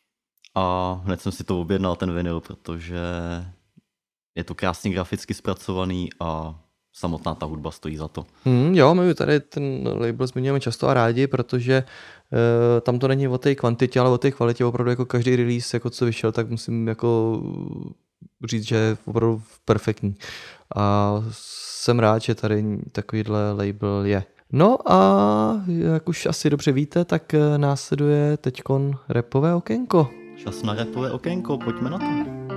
S5: a hned jsem si to objednal, ten vinyl, protože je to krásně graficky zpracovaný a samotná ta hudba stojí za to.
S2: Hmm, jo, my tady ten label zmiňujeme často a rádi, protože uh, tam to není o té kvantitě, ale o té kvalitě. Opravdu jako každý release, jako co vyšel, tak musím jako říct, že je opravdu perfektní. A jsem rád, že tady takovýhle label je. No a jak už asi dobře víte, tak následuje teďkon rapové okénko.
S5: Čas na rapové okénko, pojďme na to.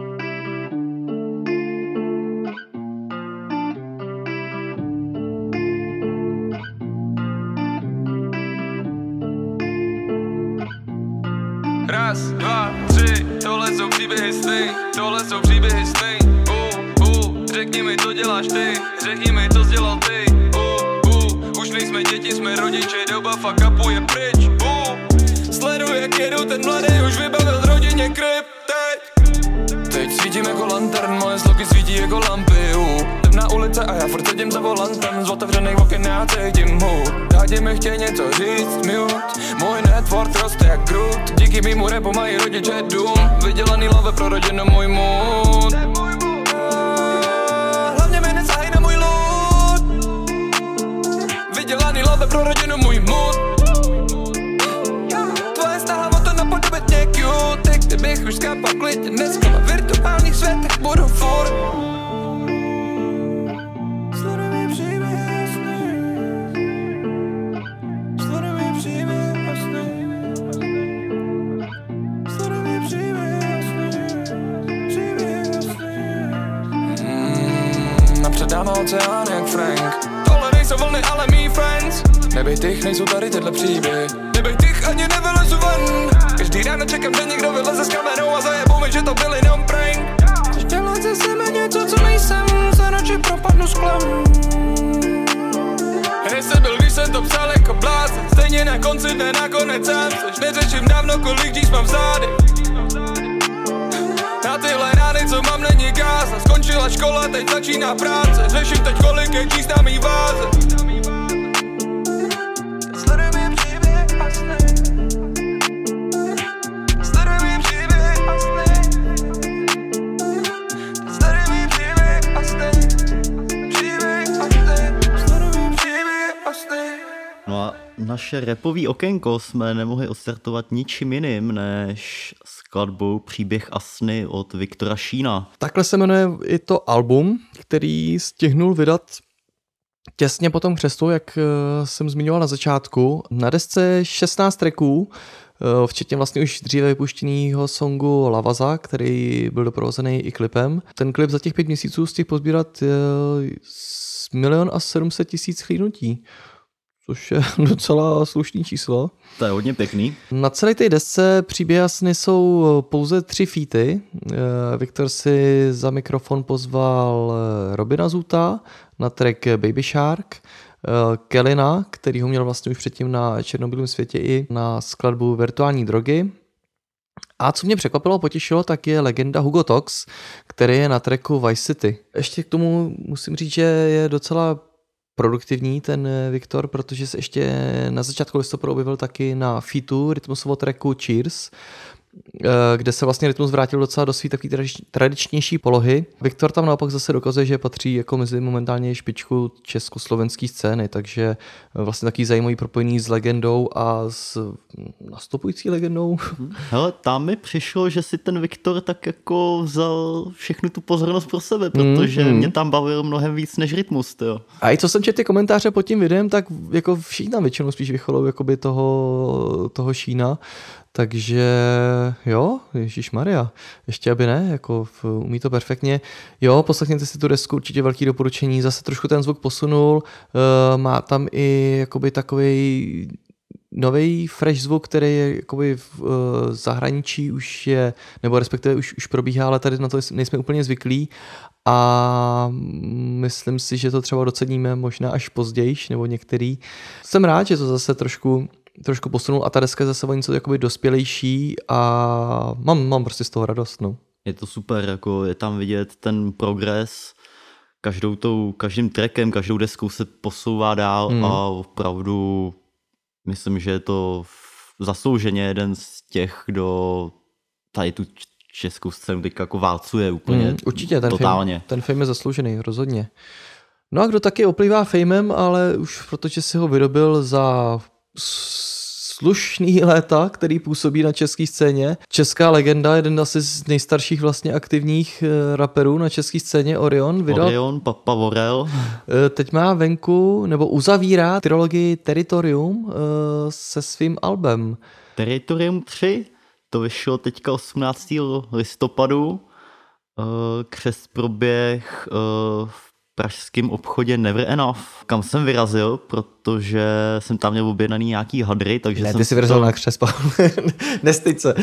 S6: Raz, dva, tři, tohle jsou příběhy sny, tohle jsou příběhy sny. Uh, uh, řekni mi, co děláš ty, řekni mi, co jsi dělal ty. Uh, uh, už nejsme děti, jsme rodiče, doba fuck upu je pryč. Uh, sleduj, jak jedu, ten mladý už vybavil rodině kryp. Teď, teď svítím jako lantern, moje sloky svítí jako lampy. Uh, temná ulice a já furt sedím za volantem, z otevřených oken já cítím hud. Dáti mi chtěj něco říct, mute, můj network roste jak Groot. Díky mýmu rapu mají rodiče dům, vydělaný love pro rodinu můj mood. Hlavně mi nesahy na můj loot, vydělaný love pro rodinu můj mood. Tvoje snaha o to napodobit mě cute, kdybych už skápal klidně dneska na virtuálních světech budu furt. Dáme oceán jak Frank. Tohle nejsou vlny, ale mý friends. Nebej těch, nejsou tady tyhle příběhy. Nebej těch, ani nevylezu ven. Každý ráno čekám, že někdo vyleze s kamerou a zajebou mi, že to byl jenom prank. Chceš dělat ze sebe něco, co nejsem, za noči propadnu sklem. Nejsem byl, když jsem to psal jako blázen. Stejně na konci dne nakonec sám. Což neřeším dávno, kolik dřív mám v zádech. Na tyhle rány, co mám, není gáza. Skončila škola, teď začíná práce. Řeším teď, kolik je číst na mý váze. Sleduj mi příběh a sny. Sleduj mi příběh a sny. Sleduj mi příběh a sny. Příběh a sny. Sleduj mi příběh a sny.
S5: No a naše rapový okénko jsme nemohli odstartovat ničím jiným než skladbou Příběh a sny od Viktora Šína.
S2: Takhle se jmenuje i to album, který stihnul vydat těsně po tom křestu, jak jsem zmiňoval na začátku. Na desce šestnáct tracků, včetně vlastně už dříve vypuštěného songu Lavaza, který byl doprovozený i klipem. Ten klip za těch pět měsíců stihl pozbírat milion a sedm set tisíc chlídnutí, což je docela slušný číslo.
S5: To je hodně pěkný.
S2: Na celé té desce Příběhy a sny jsou pouze tři featy. Viktor si za mikrofon pozval Robina Zuta na track Baby Shark, Kellyna, který ho měl vlastně už předtím na Černobylém světě i na skladbu Virtuální drogy. A co mě překvapilo a potěšilo, tak je legenda Hugo Tox, který je na tracku Vice City. Ještě k tomu musím říct, že je docela produktivní ten Viktor, protože se ještě na začátku listopadu objevil taky na featu rytmusovo tracku Cheers, kde se vlastně rytmus vrátil docela do svý takový tradičnější polohy. Viktor tam naopak zase dokazuje, že patří jako mezi momentálně špičku československé scény, takže vlastně takový zajímavý propojení s legendou a s nastupující legendou.
S5: Hele, tam mi přišlo, že si ten Viktor tak jako vzal všechnu tu pozornost pro sebe, protože mm, mm. mě tam bavil mnohem víc než rytmus, jo. A
S2: i co jsem četl ty komentáře pod tím videem, tak jako všichni tam většinou spíš vychvalou jakoby toho, toho Šína. Takže jo, ježišmarja, ještě aby ne, jako umí to perfektně. Jo, poslechněte si tu desku, určitě velký doporučení, zase trošku ten zvuk posunul, uh, má tam i jakoby takovej nový fresh zvuk, který je jakoby v uh, zahraničí už je, nebo respektive už, už probíhá, ale tady na to nejsme úplně zvyklí a myslím si, že to třeba doceníme možná až později, nebo některý. Jsem rád, že to zase trošku trošku posunul a ta deska je zase o něco jakoby dospělejší a mám, mám prostě z toho radost. No.
S5: Je to super, jako je tam vidět ten progres, každou tou, každým trackem, každou deskou se posouvá dál hmm. a opravdu myslím, že je to zaslouženě jeden z těch, kdo tady tu českou scénu teď jako válcuje úplně hmm,
S2: určitě, ten
S5: totálně.
S2: Fame, ten fame je zasloužený, rozhodně. No a kdo taky oplývá famem, ale už protože si ho vydobil za slušný léta, který působí na české scéně. Česká legenda, jeden asi z nejstarších vlastně aktivních uh, raperů na české scéně, Orion, vydal.
S5: Orion, Papa Vorel.
S2: Uh, teď má venku, nebo uzavírá trilogii Territorium uh, se svým albem.
S5: Territorium tři, to vyšlo teďka osmnáctého listopadu. Křest proběh v pražském obchodě Never Enough, kam jsem vyrazil, protože jsem tam měl objednaný nějaký hadry, takže
S2: ne,
S5: jsem
S2: ty jsi vyrazil
S5: to...
S2: na křest, nestyď se.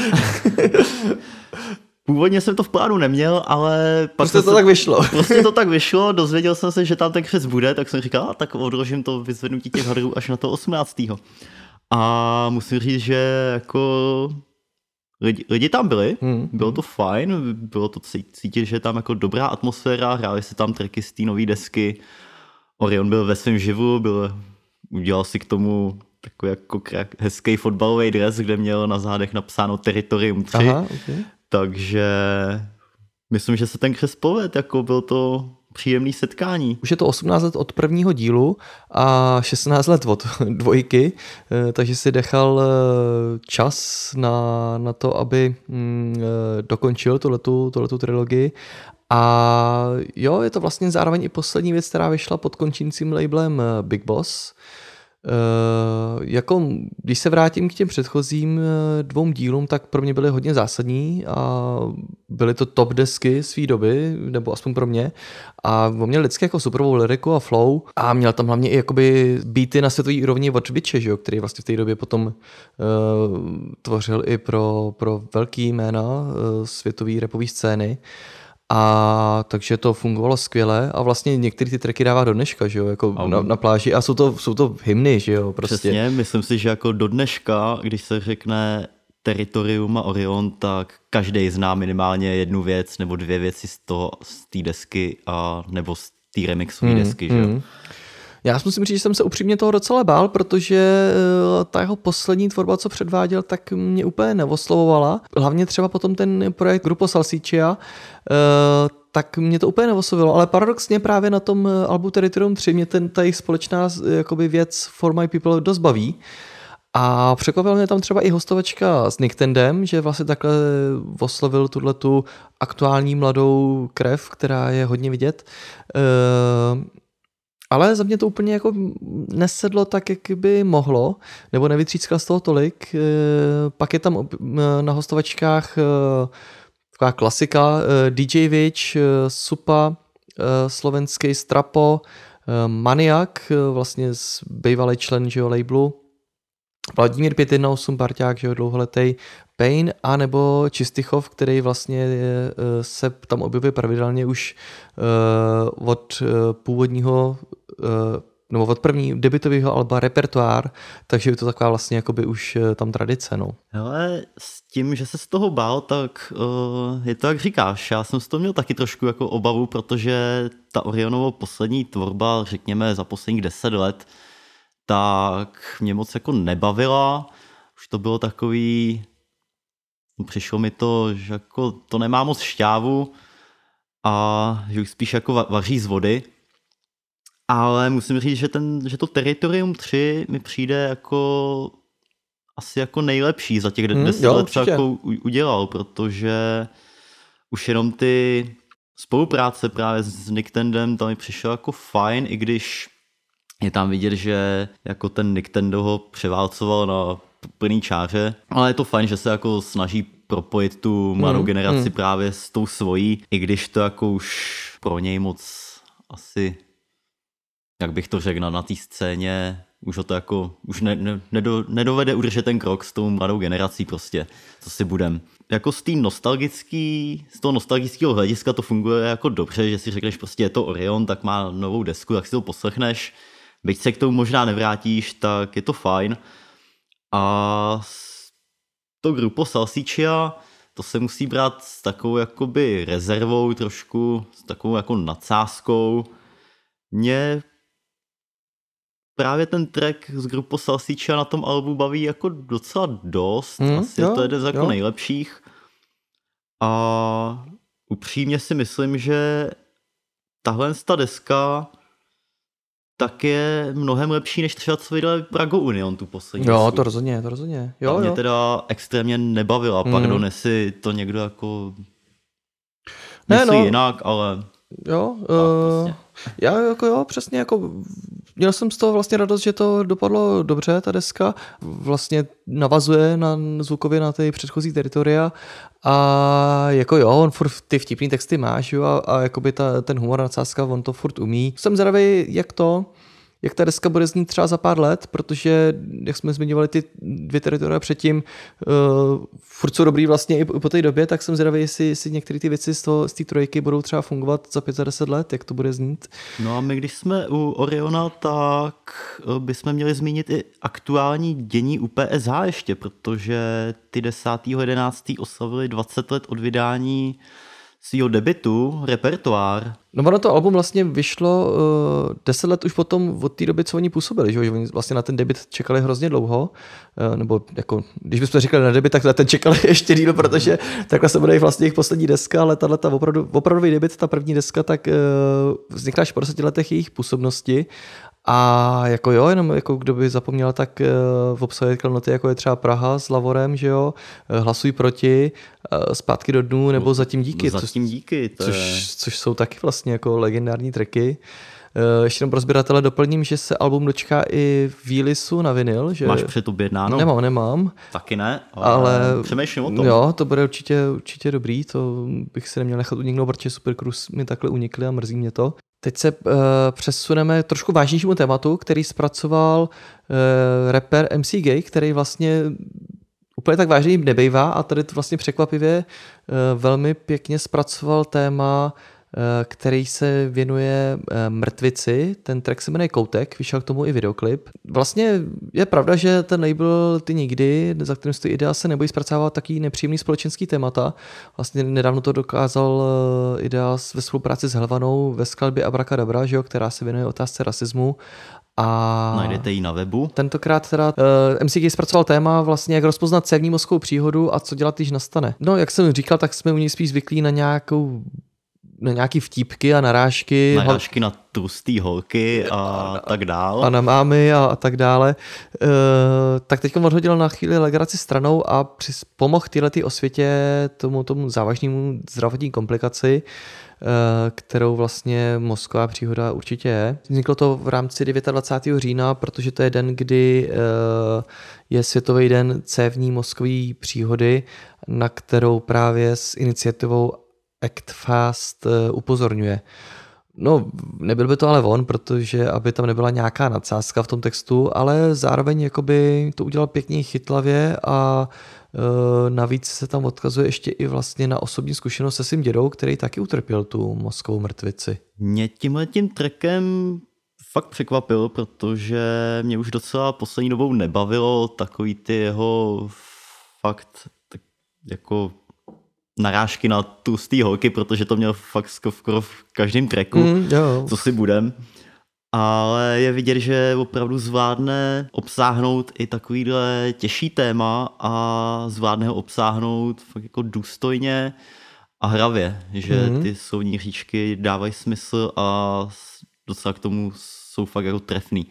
S5: Původně jsem to v plánu neměl, ale... Pak
S2: prostě to
S5: se...
S2: tak vyšlo.
S5: Prostě to tak vyšlo, dozvěděl jsem se, že tam ten křest bude, tak jsem říkal, tak odložím to vyzvednutí těch hadrů až na to osmnáctého A musím říct, že jako... Lidi, lidi tam byli,
S2: hmm.
S5: bylo to fajn, bylo to cítit, že je tam jako dobrá atmosféra, hráli se tam tracky z té nové desky. Orion byl ve svém živu, byl, udělal si k tomu takový jako hezký fotbalový dres, kde měl na zádech napsáno Territorium tři.
S2: Aha, okay.
S5: Takže myslím, že se ten křest povedl, jako bylo to příjemný setkání.
S2: Už je to osmnáct let od prvního dílu a šestnáct let od dvojky, takže si nechal čas na, na to, aby dokončil tuhletu, tuhletu trilogii. A jo, je to vlastně zároveň i poslední věc, která vyšla pod končícím labelem Big Boss. Uh, jako, když se vrátím k těm předchozím dvou dílům, tak pro mě byly hodně zásadní a byly to top desky své doby, nebo aspoň pro mě. A on měl vždycky jako superovou lyriku a flow a měl tam hlavně i jakoby beaty na světové úrovni od Bitche, že jo, který vlastně v té době potom uh, tvořil i pro, pro velký jména uh, světové rapové scény. A takže to fungovalo skvěle a vlastně některé ty tracky dává do dneška, že jo, jako na, na pláži a jsou to, jsou to hymny, že jo, prostě.
S5: Přesně, myslím si, že jako do dneška, když se řekne Territorium a Orion, tak každý zná minimálně jednu věc nebo dvě věci z toho, z té desky a nebo z té remixové
S2: hmm,
S5: desky, že jo.
S2: Hmm. Já musím říct, že jsem se upřímně toho docela bál, protože ta jeho poslední tvorba, co předváděl, tak mě úplně neoslovovala. Hlavně třeba potom ten projekt Grupo Salsiccia, tak mě to úplně neoslovilo, ale paradoxně právě na tom albu Territorium tři mě ten, ta jejich společná jakoby věc For My People dost baví. A překvapil mě tam třeba i hostovačka s Nick Tendem, že vlastně takhle oslovil tuhletu aktuální mladou krev, která je hodně vidět. Ale za mě to úplně jako nesedlo tak, jak by mohlo, nebo nevytřískal z toho tolik. Pak je tam na hostovačkách taková klasika D J Witch, Supa, slovenský Strapo, Maniak, vlastně bývalý člen, že jo, labelu, Vladimír pět jedna osm, parťák, že jo, dlouholetý, Pain, a nebo Čistichov, který vlastně je, se tam objevuje pravidelně už uh, od uh, původního, uh, nebo od první debutového alba Repertoár, takže je to taková vlastně jakoby už uh, tam tradice, no.
S5: Hele, s tím, že se z toho bál, tak uh, je to jak říkáš, já jsem z toho měl taky trošku jako obavu, protože ta Orionovo poslední tvorba, řekněme za posledních deset let, tak mě moc jako nebavila, už to bylo takový, přišlo mi to, že jako to nemá moc šťávu a že už spíš jako vaří z vody, ale musím říct, že, ten, že to Territorium tři mi přijde jako asi jako nejlepší za těch deset hmm, let, co jako udělal, protože už jenom ty spolupráce právě s Nick Tendem tam mi přišlo jako fajn, i když je tam vidět, že jako ten Nick Tendo ho převálcoval na plný čáře, ale je to fajn, že se jako snaží propojit tu mladou mm, generaci mm. právě s tou svojí, i když to jako už pro něj moc asi, jak bych to řekl, na té scéně už ho to jako, už ne, ne, nedo, nedovede udržet ten krok s tou mladou generací prostě, co si budem. Jako z té nostalgický, z toho nostalgického hlediska to funguje jako dobře, že si řekneš prostě je to Orion, tak má novou desku, tak si to poslechneš, byť se k tomu možná nevrátíš, tak je to fajn. A to Grupo Salsiccia, to se musí brát s takovou jakoby rezervou trošku, s takovou jako nadsázkou. Mě právě ten track z Grupo Salsiccia na tom albu baví jako docela dost, hmm, asi jo, je to jeden z jako jo. nejlepších. A upřímně si myslím, že tahle ta deska tak je mnohem lepší, než třeba co vydal Prago Union tu poslední.
S2: Jo,
S5: desku.
S2: to rozhodně, to rozhodně. Jo,
S5: Ta mě
S2: jo.
S5: teda extrémně nebavila,
S2: Mm.
S5: pardon, jestli to někdo jako
S2: Ne,
S5: myslí
S2: no.
S5: jinak, ale
S2: Jo, uh,
S5: prostě.
S2: já jako jo, přesně jako měl jsem z toho vlastně radost, že to dopadlo dobře, ta deska vlastně navazuje na zvukově na ty předchozí teritoria a jako jo, on furt ty vtipný texty máš, jo, a, a jakoby ta, ten humor nadsázka, on to furt umí. Jsem zvědavý, jak to, jak ta deska bude znít třeba za pár let, protože, jak jsme zmiňovali ty dvě teritoria předtím, uh, furt jsou dobrý vlastně i po, po té době, tak jsem zvědavý, jestli, jestli některé ty věci z toho, z té trojky budou třeba fungovat za pět, za deset let, jak to bude znít.
S5: No a my, když jsme u Oriona, tak bychom měli zmínit i aktuální dění u P S H ještě, protože ty desátého jedenáctého oslavili dvacet let od vydání svýho debutu, Repertoár.
S2: No ono to album vlastně vyšlo uh, deset let už potom od té doby, co oni působili, že, že oni vlastně na ten debut čekali hrozně dlouho, uh, nebo jako, když bychom říkali na debut, tak na ten čekali ještě díl, protože takhle se bude vlastně jejich poslední deska, ale tahle ta opravdu, opravdový debut, ta první deska, tak uh, vznikla až po deseti letech jejich působnosti. A jako jo, jenom jako kdo by zapomněl, tak uh, v obsahuje klenoty, jako je třeba Praha s Lavorem, že jo, uh, Hlasuj proti, uh, Zpátky do dnů, nebo Zatím díky.
S5: Zatím díky. To
S2: což,
S5: je...
S2: což jsou taky vlastně jako legendární tracky. Uh, ještě jenom pro sběratele doplním, že se album dočká i v výlisu na vinyl. Že...
S5: Máš předobjednáno?
S2: Nemám, nemám.
S5: Taky ne, ale,
S2: ale
S5: přemýšlím o tom.
S2: Jo, to bude určitě, určitě dobrý, to bych se neměl nechat uniknout, protože Supercruise mi takhle unikly a mrzí mě to. Teď se uh, přesuneme trošku vážnějšímu tématu, který zpracoval uh, rapper M C Gay, který vlastně úplně tak vážný nebejvá a tady to vlastně překvapivě uh, velmi pěkně zpracoval téma, uh, který se věnuje uh, mrtvici. Ten track se jmenuje Koutek, vyšel k tomu i videoklip. Vlastně je pravda, že ten label Ty nikdy, za kterým stojí Idea, se nebojí zpracovávat taky nepříjemný společenský témata. Vlastně nedávno to dokázal uh, Idea ve spolupráci s Helvanou ve skladbě Abracadabra, že jo, která se věnuje otázce rasismu. A
S5: najdete ji na webu.
S2: Tentokrát teda uh, M C K zpracoval téma vlastně, jak rozpoznat cévní mozkovou příhodu a co dělat, když nastane. No, jak jsem říkal, tak jsme u něj spíš zvyklí na nějakou na nějaký vtípky a narážky.
S5: Narážky na tlustý holky a, a tak dál.
S2: A na mámy a, a tak dále. Uh, tak teď odhodil na chvíli legraci stranou a přis, pomohl této osvětě tomu, tomu závažnému zdravotní komplikaci, uh, kterou vlastně mozková příhoda určitě je. Vzniklo to v rámci dvacátého devátého října, protože to je den, kdy uh, je Světový den cévní mozkové příhody, na kterou právě s iniciativou Act Fast upozorňuje. No, nebyl by to ale on, protože aby tam nebyla nějaká nadsázka v tom textu, ale zároveň jakoby to udělal pěkně chytlavě a e, navíc se tam odkazuje ještě i vlastně na osobní zkušenost se svým dědou, který taky utrpěl tu mozkovou mrtvici.
S5: Mě tímhletím trackem fakt překvapil, protože mě už docela poslední dobou nebavilo takový ty jeho fakt tak jako narážky na tlustý holky, protože to měl fakt skoro v každém tracku,
S2: Mm, jo.
S5: co si budem. Ale je vidět, že opravdu zvládne obsáhnout i takovýhle těžší téma a zvládne ho obsáhnout fakt jako důstojně a hravě, že
S2: Mm.
S5: ty soudní říčky dávají smysl a docela k tomu jsou fakt jako trefný.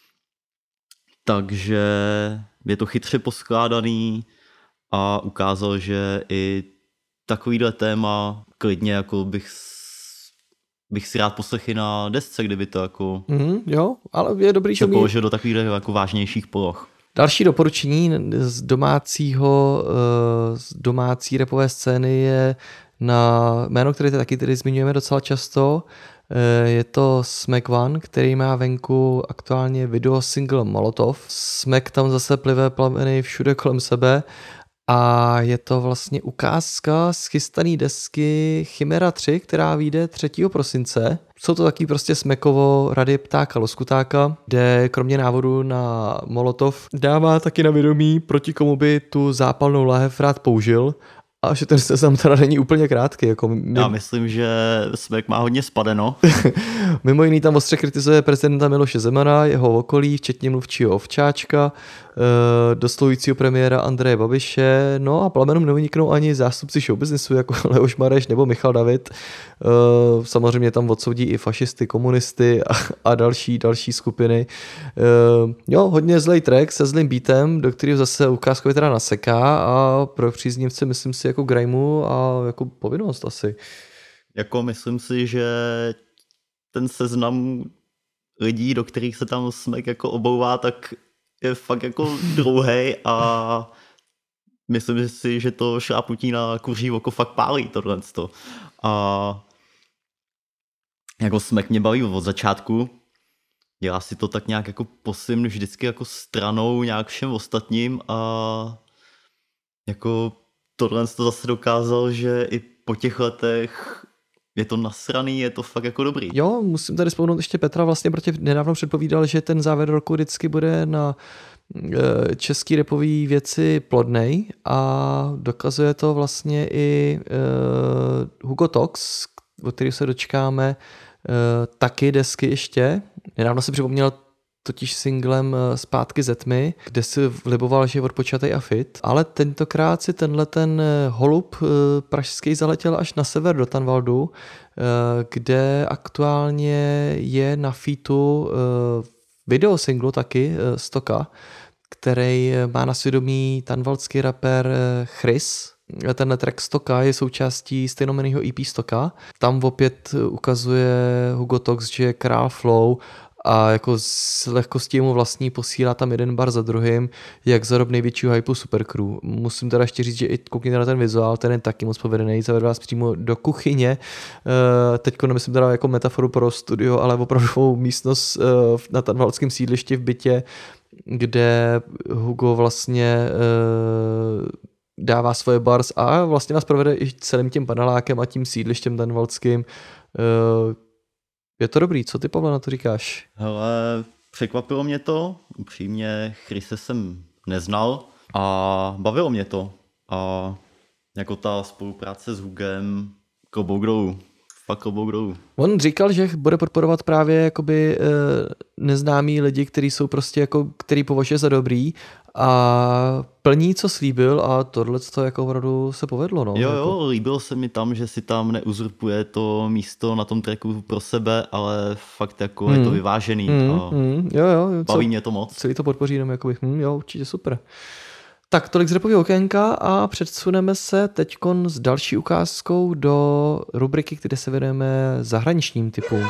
S5: Takže je to chytře poskládaný a ukázal, že i takovýhle téma klidně jako bych, bych si rád poslechl na desce, kdyby to jako
S2: Mm, jo, ale je dobrý, že
S5: se
S2: umí...
S5: položil do takovýchhle jako vážnějších poloh.
S2: Další doporučení z domácího, z domácí rapové scény je na jméno, které taky tady zmiňujeme docela často. Je to Smack One, který má venku aktuálně video single Molotov. Smack tam zase plive plameny všude kolem sebe a je to vlastně ukázka z chystaný desky Chimera tři, která vyjde třetího prosince. Jsou to taky prostě Smackovo Rady ptáka loskutáka, kde kromě návodu na Molotov dává taky na vědomí, proti komu by tu zápalnou láhev rád použil. a že ten seznam teda není úplně krátký. Jako my...
S5: Já myslím, že Smek má hodně spadeno.
S2: Mimo jiný tam ostře kritizuje prezidenta Miloše Zemana, jeho okolí, včetně mluvčího Ovčáčka, dosluhujícího premiéra Andreje Babiše, no a plamenům neuniknou ani zástupci showbiznesu jako Leoš Mareš nebo Michal David. Samozřejmě tam odsoudí i fašisty, komunisty a, a další, další skupiny. Jo, hodně zlej track se zlým beatem, do kterého zase ukázkově teda naseká a pro příznivce myslím si jako grimeu a jako povinnost asi.
S5: Jako myslím si, že ten seznam lidí, do kterých se tam Smek jako obouvá, tak je fakt jako dlouhej a myslím si, že to šlápnutí na kuří oko fakt pálí tohle. A jako Smek mě baví od začátku, dělá si to tak nějak jako posym vždycky jako stranou nějak všem ostatním a jako tohle to zase dokázal, že i po těch letech je to nasraný, je to fakt jako dobrý.
S2: Jo, musím tady vzpomenout ještě Petra, vlastně protože nedávno předpovídal, že ten závěr roku vždycky bude na český rapový věci plodnej a dokazuje to vlastně i uh, Hugo Tox, od kterého se dočkáme uh, taky desky ještě. Nedávno si připomněl totiž singlem Zpátky ze tmy, kde si liboval, že je odpočatej a fit, ale tentokrát si tenhle ten holub pražský zaletěl až na sever do Tanvaldu, kde aktuálně je na featu video singlu taky Stoka, který má na svědomí tanvaldský rapper Chris. Tenhle track Stoka je součástí stejnojmenného E P Stoka. Tam opět ukazuje Hugo Tox, že je král flow a jako s lehkostí mu vlastní posílá tam jeden bar za druhým, jak za dob největšího hypeu Supercrew. Musím teda ještě říct, že i koukněte na ten vizuál, ten je taky moc povedený, zavede vás přímo do kuchyně. Teďko nemyslím teda jako metaforu pro studio, ale opravdu místnost na tanvaldském sídlišti v bytě, kde Hugo vlastně dává svoje bars a vlastně nás provede i celým tím panelákem a tím sídlištěm tanvaldským. Je to dobrý, co ty, Pavle, na to říkáš?
S5: Hele, překvapilo mě to, upřímně Chrise jsem neznal a bavilo mě to. A jako ta spolupráce s Hugem, klobouk dolů, fakt klobouk dolů.
S2: On říkal, že bude podporovat právě jakoby neznámí lidi, kteří jsou prostě jako, který považuje za dobrý a plní, co slíbil a tohle to jako opravdu se povedlo. No.
S5: Jo,
S2: jako...
S5: jo, líbilo se mi tam, že si tam neuzurpuje to místo na tom tracku pro sebe, ale fakt jako hmm. je to vyvážený.
S2: Hmm,
S5: a
S2: hmm, jo, jo.
S5: baví
S2: co,
S5: mě to moc.
S2: Celý to podpoří jenom jakoby, hm, jo, určitě super. Tak, tolik z rapového okénka a předsuneme se teďkon s další ukázkou do rubriky, kde se věnujeme zahraničním typům.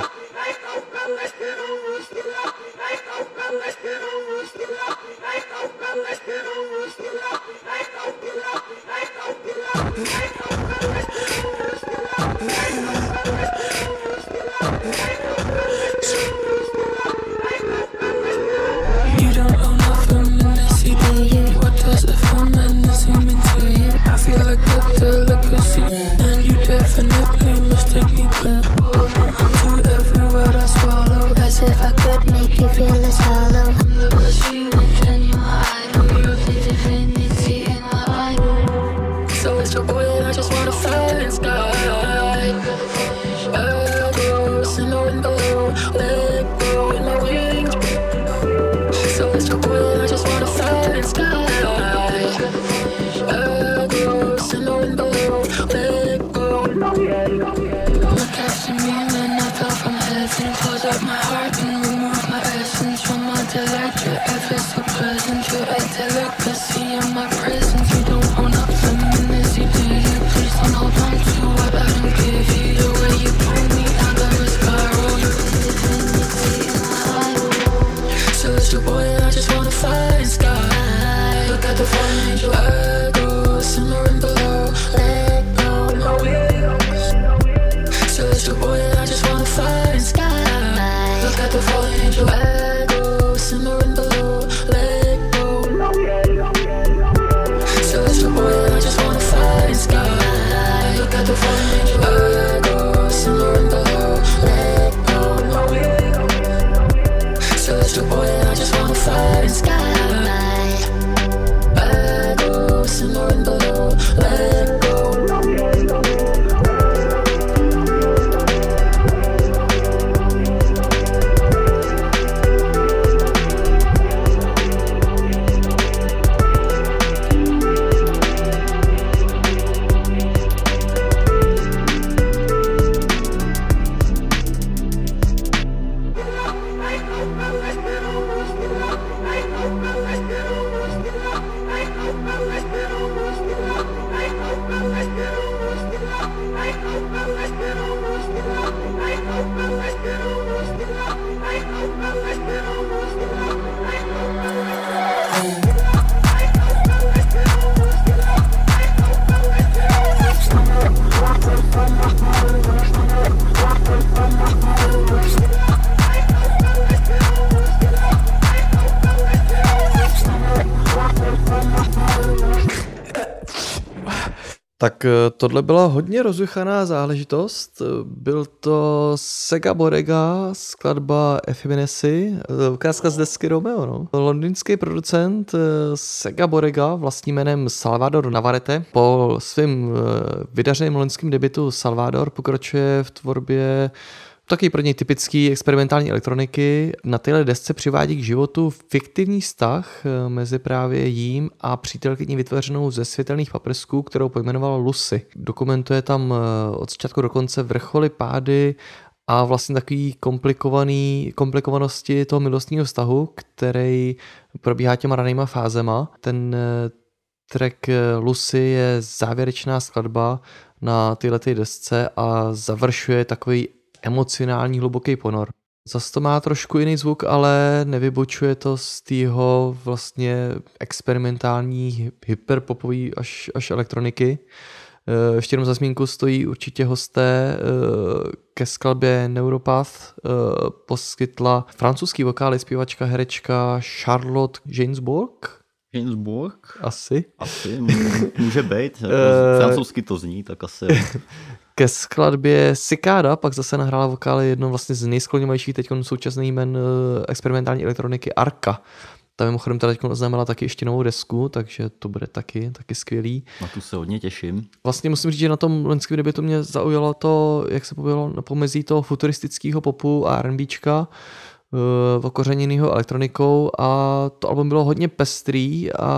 S2: Tak tohle byla hodně rozjuchaná záležitost. Byl to Sega Borega, skladba Efeminesi, ukázka z desky Romeo. No. Londýnský producent Sega Borega vlastním jménem Salvador Navarrete po svém vydařeném loňském debutu Salvador pokračuje v tvorbě taky pro něj typický experimentální elektroniky. Na téhle desce přivádí k životu fiktivní vztah mezi právě jím a přítelkyní vytvořenou ze světelných paprsků, kterou pojmenoval Lucy. Dokumentuje tam od začátku do konce vrcholy, pády a vlastně takový komplikovaný, komplikovanosti toho milostního vztahu, který probíhá těma ranýma fázema. Ten track Lucy je závěrečná skladba na této desce a završuje takový emocionální hluboký ponor. Zas to má trošku jiný zvuk, ale nevybočuje to z tého vlastně experimentální hyperpopový až, až elektroniky. Ještě jenom za zmínku stojí určitě hosté. Ke skladbě Neuropath poskytla francouzský vokál, zpěvačka, herečka Charlotte Gainsbourg.
S5: Gainsbourg?
S2: Asi.
S5: Asi, může být. Francouzsky to zní, tak asi.
S2: Ke skladbě Cicada pak zase nahrála vokály jedno vlastně z nejsklonějších teď současný jmen experimentální elektroniky Arca. Ta mimochodem teď oznámila taky ještě novou desku, takže to bude taky, taky skvělý.
S5: Na tu se hodně těším.
S2: Vlastně musím říct, že na tom loňském debutu mě zaujalo to, jak se povedalo, na pomezí toho futuristického popu a R and Bčka, okořeněnýho elektronikou, a to album bylo hodně pestrý a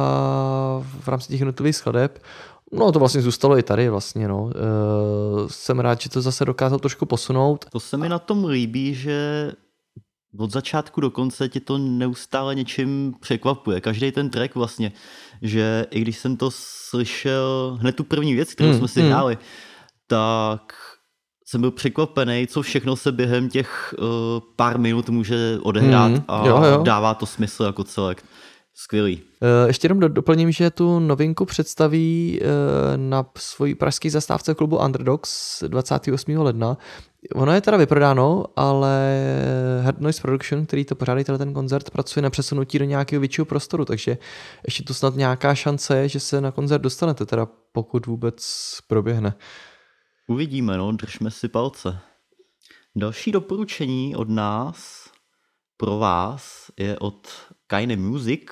S2: v rámci těch jednotlivých skladeb. No to vlastně zůstalo i tady vlastně, no. E, jsem rád, že to zase dokázal trošku posunout.
S5: To se mi na tom líbí, že od začátku do konce tě to neustále něčím překvapuje. Každý ten track vlastně, že i když jsem to slyšel hned tu první věc, kterou mm, jsme si mm. hráli, tak jsem byl překvapený, co všechno se během těch uh, pár minut může odehrát mm, a jo, jo. dává to smysl jako celek. Skvělý.
S2: Ještě jenom doplním, že tu novinku představí na svojí pražské zastávce klubu Underdogs dvacátého osmého ledna. Ono je teda vyprodáno, ale Hard Noise Production, který to pořádají ten koncert, pracuje na přesunutí do nějakého většího prostoru, takže ještě tu snad nějaká šance je, že se na koncert dostanete, teda pokud vůbec proběhne.
S5: Uvidíme, no, držme si palce. Další doporučení od nás pro vás je od Kine Music,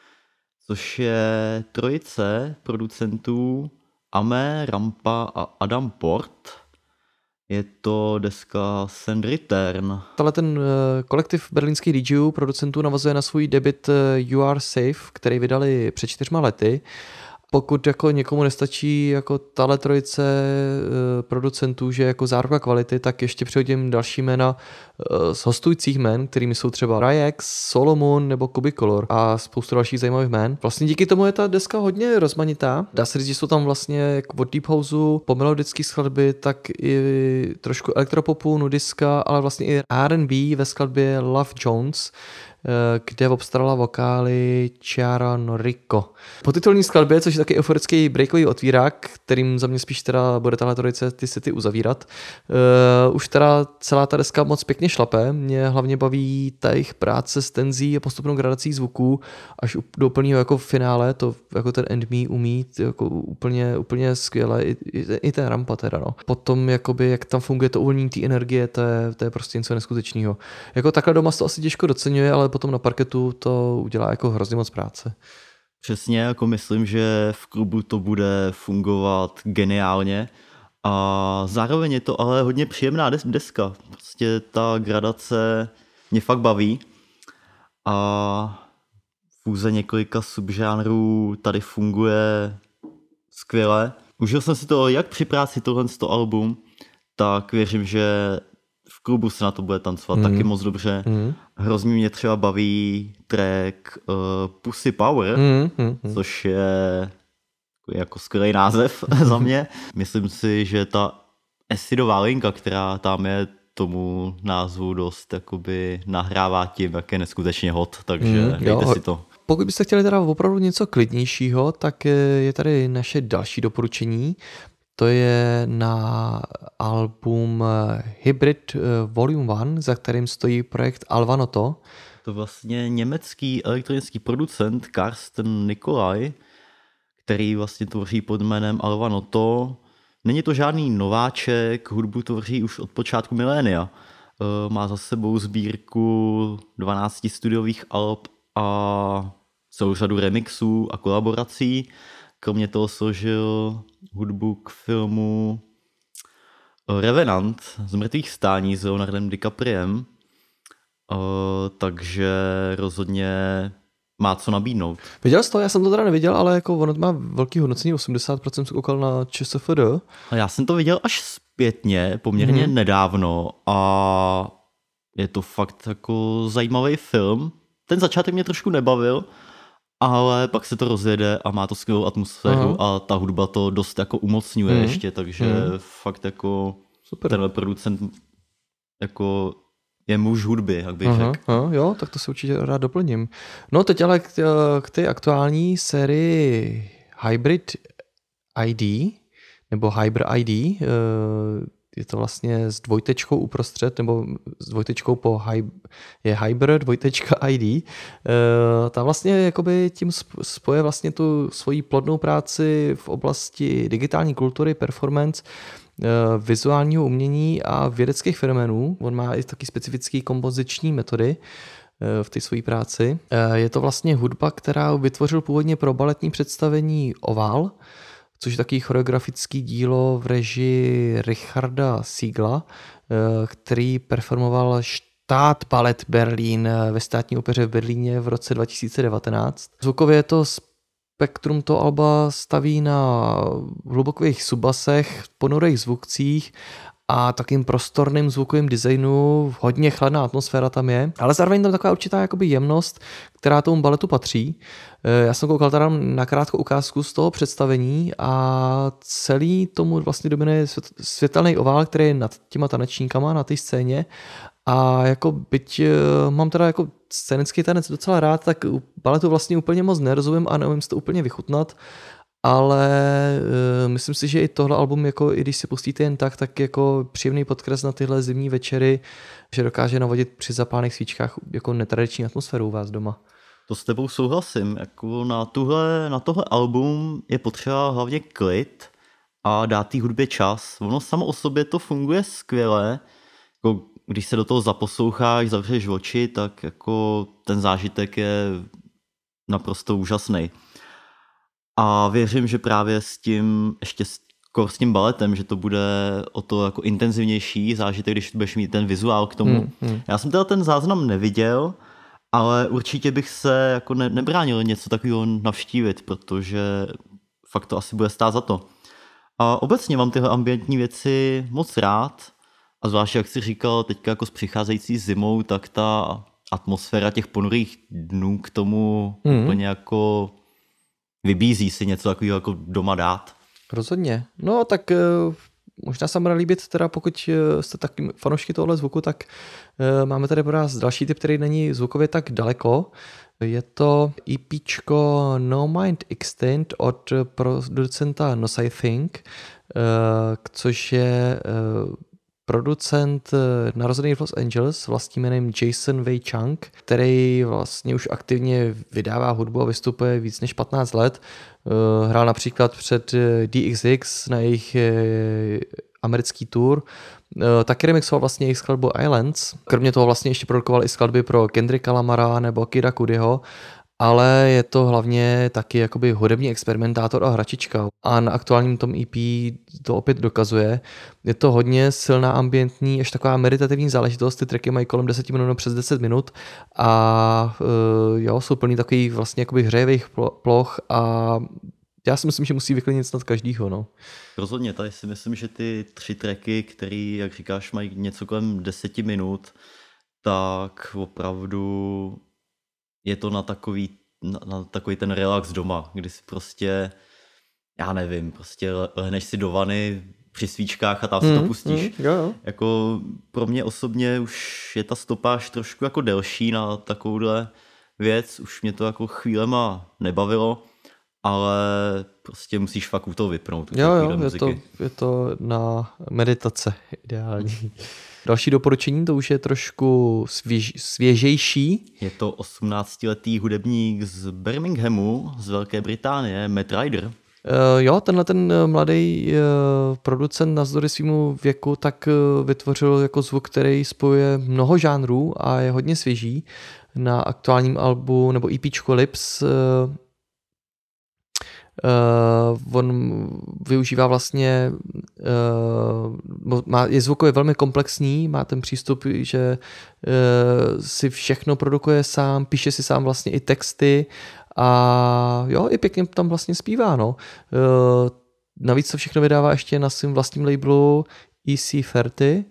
S5: což je trojice producentů Ame, Rampa a Adam Port. Je to deska Send Return.
S2: Tahle ten kolektiv berlínských D Jů, producentů, navazuje na svůj debut You Are Safe, který vydali před čtyřma lety. Pokud jako někomu nestačí jako tahle trojice e, producentů, že jako záruka kvality, tak ještě přihodím další jména e, z hostujících jmen, kterými jsou třeba Ryax, Solomon nebo Cubicolor a spoustu dalších zajímavých jmen. Vlastně díky tomu je ta deska hodně rozmanitá. Dá se říct, že jsou tam vlastně jak od Deep Houseu po melodické skladby, tak i trošku elektropopu, nudiska, ale vlastně i R and B ve skladbě Love Jones, kde obstarala vokály Chiara Noriko. Po titulní skladbě, což je taky euforický breakový otvírák, kterým za mě spíš teda bude tahle trojice ty sety uzavírat. Uh, už teda celá ta deska moc pěkně šlape. Mě hlavně baví ta jejich práce s tenzí a postupnou gradací zvuků až do úplného jako finále, to jako ten End Me umí jako úplně, úplně skvěle, I, i, i ten Rampa teda, no. Potom jakoby, jak tam funguje to uvolnění té energie, to je, to je prostě něco neskutečného. Jako takhle doma se to asi těžko doceňuje, ale potom na parketu to udělá jako hrozně moc práce.
S5: Přesně, jako myslím, že v klubu to bude fungovat geniálně a zároveň je to ale hodně příjemná deska. Prostě ta gradace mě fakt baví a fúze několika subžánrů tady funguje skvěle. Užil jsem si to jak při práci tohle album, tak věřím, že v klubu se na to bude tancovat mm. taky moc dobře. Mm. Hrozně mě třeba baví track uh, Pussy Power, mm, mm, mm. což je jako skvělý název za mě. Myslím si, že ta acidová linka, která tam je, tomu názvu dost jakoby nahrává tím, jak je neskutečně hot, takže mm, dejte jo. si to.
S2: Pokud byste chtěli teda opravdu něco klidnějšího, tak je tady naše další doporučení. To je na album Hybrid Volume jedna, za kterým stojí projekt Alvanoto.
S5: To vlastně německý elektronický producent Karsten Nikolaj, který vlastně tvoří pod jménem Alva Noto. Není to žádný nováček, hudbu tvoří už od počátku milénia. Má za sebou sbírku dvanácti studiových alb a celou řadu remixů a kolaborací. Kromě toho složil hudbu k filmu Revenant z mrtvých stání s Leonardem DiCapriem, takže rozhodně má co nabídnout.
S2: Viděl jsi to? Já jsem to teda neviděl, ale jako ono má velký hodnocení, osmdesát procent jsem koukal na ČSFD.
S5: Já jsem to viděl až zpětně, poměrně hmm. nedávno a je to fakt jako zajímavý film. Ten začátek mě trošku nebavil, ale pak se to rozjede a má to skvělou atmosféru Aha. a ta hudba to dost jako umocňuje hmm. ještě, takže hmm. fakt jako super. Tenhle producent jako je muž hudby, jak bych
S2: Aha,
S5: řekl.
S2: aha, jo, tak to se určitě rád doplním. No teď ale k, k té aktuální sérii Hybrid I D, nebo Hyper I D, je to vlastně s dvojtečkou uprostřed, nebo s dvojtečkou po hy, je Hyper dvojtečka I D. Ta vlastně jakoby tím spoje vlastně tu svoji plodnou práci v oblasti digitální kultury, performance, vizuálního umění a vědeckých fenoménů. On má i taky specifické kompoziční metody v té své práci. Je to vlastně hudba, která vytvořil původně pro baletní představení Oval, což je takový choreografický dílo v režii Richarda Siegla, který performoval Stát Ballet Berlín ve státní opeře v Berlíně v roce dva tisíce devatenáct. Zvukově je to spektrum toho alba staví na hlubokých subasech, ponorých zvukcích a takým prostorným zvukovým designu, hodně chladná atmosféra tam je, ale zároveň tam taková určitá jakoby jemnost, která tomu baletu patří. Já jsem koukal teda na krátkou ukázku z toho představení a celý tomu vlastně dominuje světelný ovál, který je nad těma tanečníkama na té scéně. A jako byť mám teda jako scénický tanec docela rád, tak u baletu vlastně úplně moc nerozumím a neumím si to úplně vychutnat, ale uh, myslím si, že i tohle album, jako i když si pustíte jen tak, tak jako příjemný podkres na tyhle zimní večery, že dokáže navodit při zapálených svíčkách jako netradiční atmosféru u vás doma.
S5: To s tebou souhlasím, jako na, tuhle, na tohle album je potřeba hlavně klid a dát té hudbě čas. Ono samo o sobě to funguje skvěle, jako když se do toho zaposloucháš, zavřeš oči, tak jako ten zážitek je naprosto úžasný. A věřím, že právě s tím, ještě s, s tím baletem, že to bude o to jako intenzivnější zážitek, když budeš mít ten vizuál k tomu. Hmm, hmm. Já jsem teda ten záznam neviděl, ale určitě bych se jako ne, nebránil něco takového navštívit, protože fakt to asi bude stát za to. A obecně mám tyhle ambientní věci moc rád. A zvláště, jak jsi říkal, teďka jako s přicházející zimou, tak ta atmosféra těch ponorých dnů k tomu mm. úplně jako vybízí si něco takového jako doma dát.
S2: Rozhodně. No tak uh, možná se bude líbit, teda pokud jste taky fanoušky tohle zvuku, tak uh, máme tady pro vás další typ, který není zvukově tak daleko. Je to EPčko No Mind Extent od producenta Nosai Think, uh, což je uh, producent narozený v Los Angeles vlastním jménem Jason Wei Chang, který vlastně už aktivně vydává hudbu a vystupuje víc než patnáct let. Hrál například před D X X na jejich americký tour. Taky remixoval vlastně jejich skladbu Islands. Kromě toho vlastně ještě produkoval i skladby pro Kendricka Lamara nebo Kida Cudiho, ale je to hlavně taky jakoby hudební experimentátor a hračička. A na aktuálním tom E P to opět dokazuje. Je to hodně silná, ambientní, až taková meditativní záležitost. Ty tracky mají kolem deset minut, přes deset minut a uh, jo, jsou plný takových vlastně jakoby hřejevých ploch a já si myslím, že musí vyklidnit snad každýho. No.
S5: Rozhodně, tady si myslím, že ty tři tracky, které, jak říkáš, mají něco kolem deseti minut, tak opravdu je to na takový, na, na takový ten relax doma, kdy si prostě, já nevím, prostě lehneš si do vany při svíčkách a tam si mm, to pustíš. Mm, jo, jo. Jako pro mě osobně už je ta stopáž trošku jako delší na takovouhle věc, už mě to jako chvílema nebavilo, ale prostě musíš fakt u toho vypnout.
S2: Jo, jo, je to, je to na meditace ideální. Další doporučení, to už je trošku svěž, svěžejší.
S5: Je to osmnáctiletý hudebník z Birminghamu, z Velké Británie, Matt Ryder.
S2: Uh, jo, tenhle ten mladý uh, producent navzdory svýmu věku tak uh, vytvořil jako zvuk, který spojuje mnoho žánrů a je hodně svěží. Na aktuálním albu nebo EPčko Lips uh, uh, on využívá vlastně uh, má, je zvukově velmi komplexní, má ten přístup, že uh, si všechno produkuje sám, píše si sám vlastně i texty a jo, i pěkně tam vlastně zpívá, no. Uh, navíc to všechno vydává ještě na svém vlastním labelu E C třicet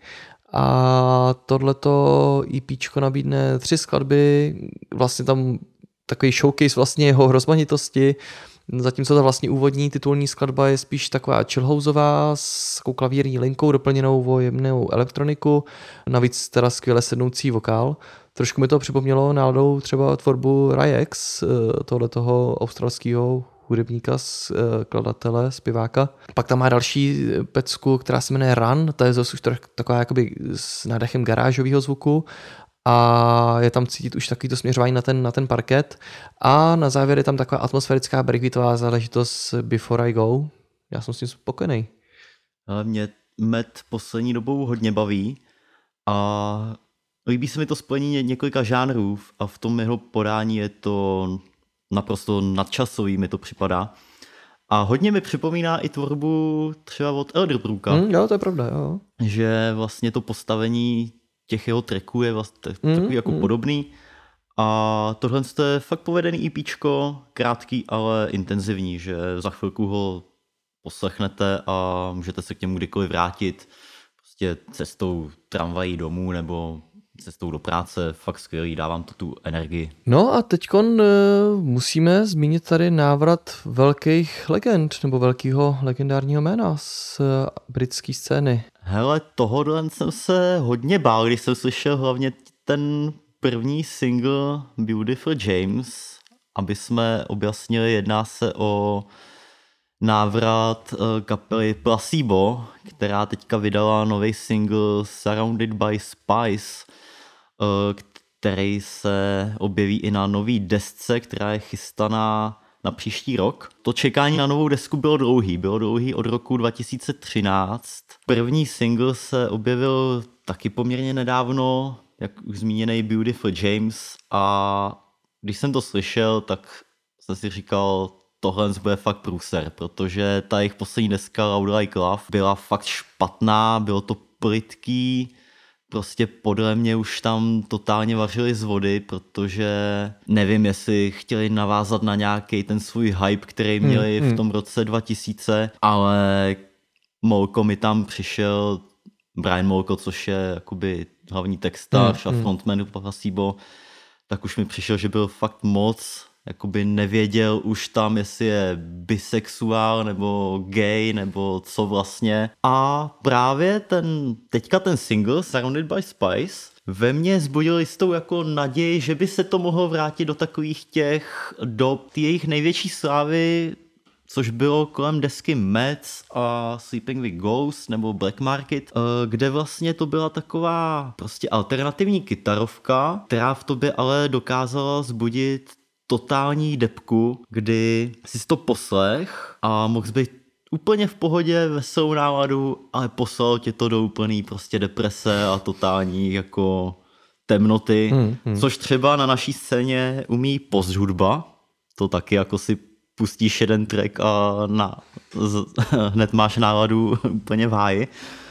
S2: a tohleto EPčko nabídne tři skladby, vlastně tam takový showcase vlastně jeho rozmanitosti, zatímco ta vlastně úvodní titulní skladba je spíš taková chillhouseová s takovou klavírní linkou doplněnou o jemnou elektroniku, navíc teda skvěle sednoucí vokál. Trošku mi to připomnělo náladou třeba tvorbu Ryex, tohletoho australského hudebníka, skladatele, zpěváka. Pak tam má další pecku, která se jmenuje Run, to je zase už taková jakoby s nádechem garážového zvuku a je tam cítit už takový to směřování na ten, na ten parket a na závěr je tam taková atmosférická breakbeatová záležitost Before I Go. Já jsem s tím spokojený.
S5: Ale mě Matt poslední dobou hodně baví a líbí se mi to spojení několika žánrů a v tom jeho podání je to naprosto nadčasový, mi to připadá. A hodně mi připomíná i tvorbu třeba od Elderbrooka.
S2: Mm, jo, to je pravda, jo.
S5: Že vlastně to postavení těch jeho tracků je vlastně
S2: mm,
S5: takový jako
S2: mm.
S5: podobný. A tohle je fakt povedený EPčko, krátký, ale intenzivní, že za chvilku ho poslechnete a můžete se k němu kdykoliv vrátit. Prostě cestou tramvají domů nebo cestou do práce, fakt skvělý, dávám to tu energii.
S2: No a teďkon uh, musíme zmínit tady návrat velkých legend, nebo velkého legendárního jména z uh, britské scény.
S5: Hele, tohodle jsem se hodně bál, když jsem slyšel hlavně ten první single Beautiful James, aby jsme objasnili, jedná se o návrat uh, kapely Placebo, která teďka vydala nový single Surrounded by Spice, který se objeví i na nový desce, která je chystaná na příští rok. To čekání na novou desku bylo dlouhý, bylo dlouhý od roku dva tisíce třináct. První single se objevil taky poměrně nedávno, jak už zmíněný Beautiful James, a když jsem to slyšel, tak jsem si říkal, tohle bude fakt průser, protože ta jejich poslední deska Loud Like Love byla fakt špatná, bylo to plytký, prostě podle mě už tam totálně vařili z vody, protože nevím, jestli chtěli navázat na nějaký ten svůj hype, který měli hmm, v tom roce dva tisíce, ale Molko mi tam přišel, Brian Molko, což je jakoby hlavní textář hmm, a frontman Placebo, tak už mi přišel, že byl fakt moc, jakoby nevěděl už tam, jestli je bisexuál nebo gay nebo co vlastně. A právě ten, teďka ten single Surrounded by Spice ve mně zbudil jistou jako naději, že by se to mohlo vrátit do takových těch dob jejich největší slávy, což bylo kolem desky Mets a Sleeping with Ghosts nebo Black Market, kde vlastně to byla taková prostě alternativní kytarovka, která v tobě ale dokázala zbudit totální depku, kdy jsi to poslech a mohl být úplně v pohodě, veselou náladu, ale poslal tě to do úplný prostě deprese a totální jako temnoty, hmm, hmm. což třeba na naší scéně umí posthudba, to taky jako si pustíš jeden track a na, z, hned máš náladu úplně v háji.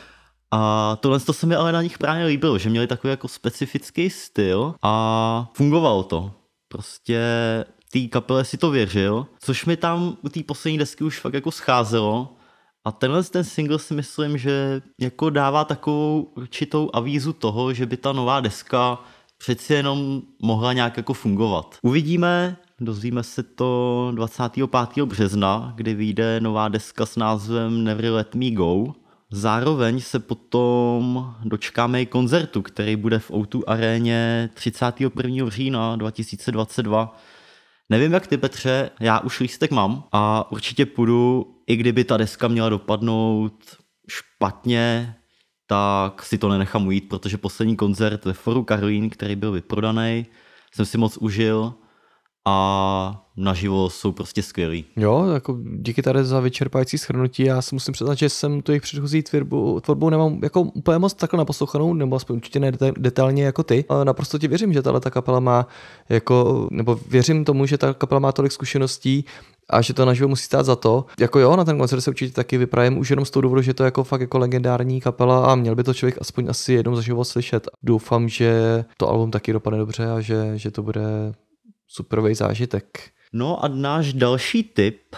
S5: A tohle to se mi ale na nich právě líbilo, že měli takový jako specifický styl a fungovalo to. Prostě té kapele si to věřil, což mi tam u té poslední desky už fakt jako scházelo. A tenhle ten single si myslím, že jako dává takovou určitou avízu toho, že by ta nová deska přeci jenom mohla nějak jako fungovat. Uvidíme, dozvíme se to dvacátého pátého března, kdy vyjde nová deska s názvem Never Let Me Go. Zároveň se potom dočkáme i koncertu, který bude v O dva aréně třicátého prvního října dva tisíce dvacet dva. Nevím jak ty, Petře, já už lístek mám a určitě půjdu, i kdyby ta deska měla dopadnout špatně, tak si to nenechám ujít, protože poslední koncert ve Foru Karlín, který byl vyprodaný, jsem si moc užil a naživo jsou prostě skvělý.
S2: Jo, jako díky tady za vyčerpájící shrnutí. Já si musím přiznat, že jsem tu jejich předchozí tvorbu, tvorbu nemám jako úplně moc takhle naposlouchanou, nebo aspoň určitě ne detailně jako ty. Ale naprosto ti věřím, že tahle ta kapela má jako, nebo věřím tomu, že ta kapela má tolik zkušeností a že to naživo musí stát za to. Jako jo, na ten koncert se určitě taky vypravím už jenom z toho důvodu, že to je jako fakt jako legendární kapela a měl by to člověk aspoň asi jednou za život slyšet. Doufám, že to album taky dopadne dobře a že, že to bude superový zážitek.
S5: No a náš další tip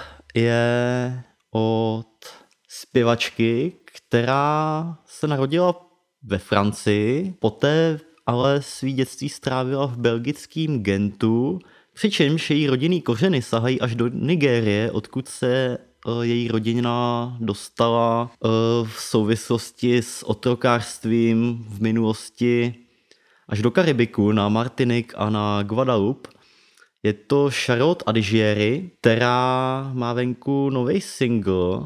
S5: je od zpěvačky, která se narodila ve Francii, poté ale svý dětství strávila v belgickém Gentu, přičemž její rodinný kořeny sahají až do Nigérie, odkud se její rodina dostala v souvislosti s otrokářstvím v minulosti až do Karibiku, na Martinique a na Guadeloupe. Je to Charlotte Adigieri, která má venku nový single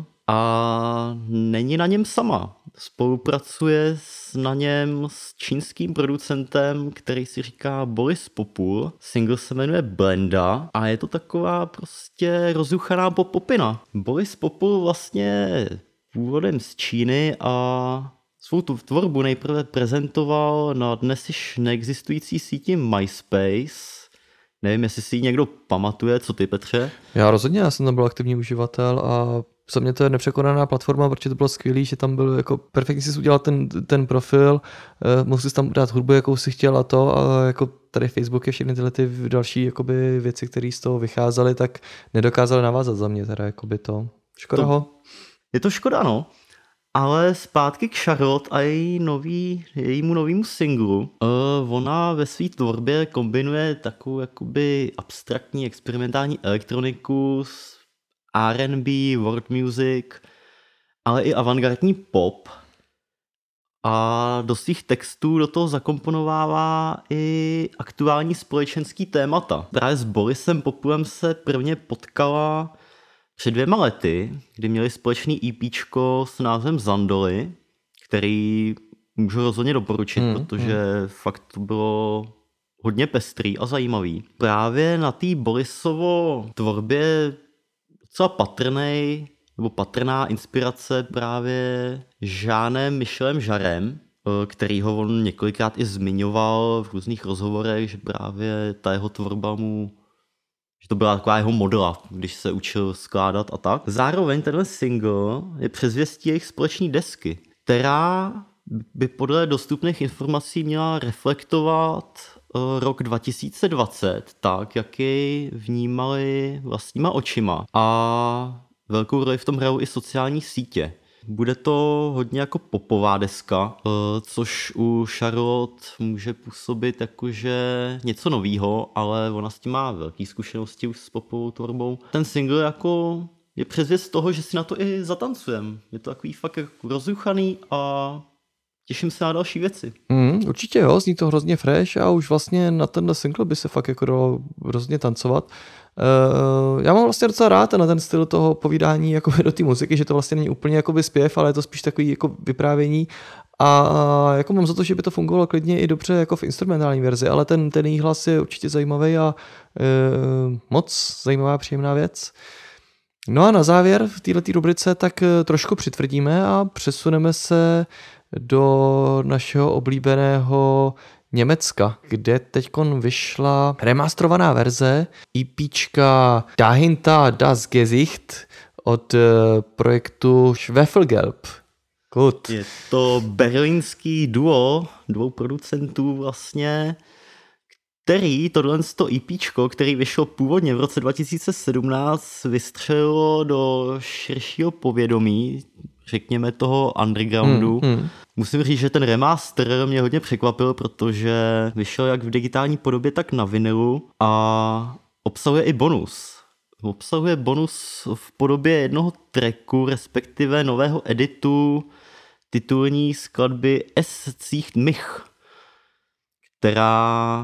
S5: a není na něm sama. Spolupracuje na něm s čínským producentem, který si říká Boris Popul. Single se jmenuje Blenda a je to taková prostě rozjuchaná popopina. Boris Popul vlastně původem z Číny a svou tu tvorbu nejprve prezentoval na dnes již neexistující síti MySpace. Nevím, jestli si ji někdo pamatuje, co ty, Petře?
S2: Já rozhodně, já jsem tam byl aktivní uživatel a za mě to je nepřekonaná platforma, protože to bylo skvělý, že tam byl jako perfektně si udělal ten, ten profil, mohl si tam dát hudbu, jakou si chtěl a to, a jako tady Facebook a všechny tyhle ty další jakoby věci, které z toho vycházely, tak nedokázali navázat za mě teda jakoby to. Škoda
S5: to,
S2: ho.
S5: Je to škoda, no. Ale zpátky k Charlotte a její nový, jejímu novému singlu. Uh, ona ve své tvorbě kombinuje takovou jakoby abstraktní experimentální elektroniku s R and B, world music, ale i avantgardní pop. A do svých textů do toho zakomponovává i aktuální společenský témata. Právě s Borisem Populem se prvně potkala před dvěma lety, kdy měli společný EPčko s názvem Zandoly, který můžu rozhodně doporučit, hmm, protože hmm. fakt to bylo hodně pestrý a zajímavý. Právě na té Borisovo tvorbě docela patrnej, nebo patrná inspirace právě Jeanem Michelem Jarrem, kterýho on několikrát i zmiňoval v různých rozhovorech, že právě ta jeho tvorba mu, že to byla taková jeho modela, když se učil skládat a tak. Zároveň tenhle single je předzvěstí jejich společné desky, která by podle dostupných informací měla reflektovat rok dva tisíce dvacet tak, jak jej vnímali vlastníma očima. A velkou roli v tom hrajou i sociální sítě. Bude to hodně jako popová deska, což u Charlotte může působit jakože něco novýho, ale ona s tím má velký zkušenosti už s popovou tvorbou. Ten single jako je předzvěst toho, že si na to i zatancujem. Je to takový fakt jako rozjuchaný a těším se na další věci. Mm,
S2: určitě jo, zní to hrozně fresh a už vlastně na tenhle single by se fakt jako dalo hrozně tancovat. Uh, já mám vlastně docela rád na ten styl toho povídání jako do té muziky, že to vlastně není úplně jakoby zpěv, ale je to spíš takový jako vyprávění a jako mám za to, že by to fungovalo klidně i dobře jako v instrumentální verzi, ale ten, ten její hlas je určitě zajímavý a uh, moc zajímavá, příjemná věc. No a na závěr v této rubrice tak trošku přitvrdíme a přesuneme se do našeho oblíbeného Německa, kde teďkon vyšla remasterovaná verze EPčka Dahinter das Gesicht od projektu Schwefelgelb. Good.
S5: Je to berlínský duo dvou producentů vlastně, který tohle EPčko, který vyšlo původně v roce dva tisíce sedmnáct, vystřelilo do širšího povědomí, řekněme toho undergroundu. Mm, mm. Musím říct, že ten remaster mě hodně překvapil, protože vyšel jak v digitální podobě, tak na vinilu a obsahuje i bonus. Obsahuje bonus v podobě jednoho tracku, respektive nového editu titulní skladby Es zieht mich, která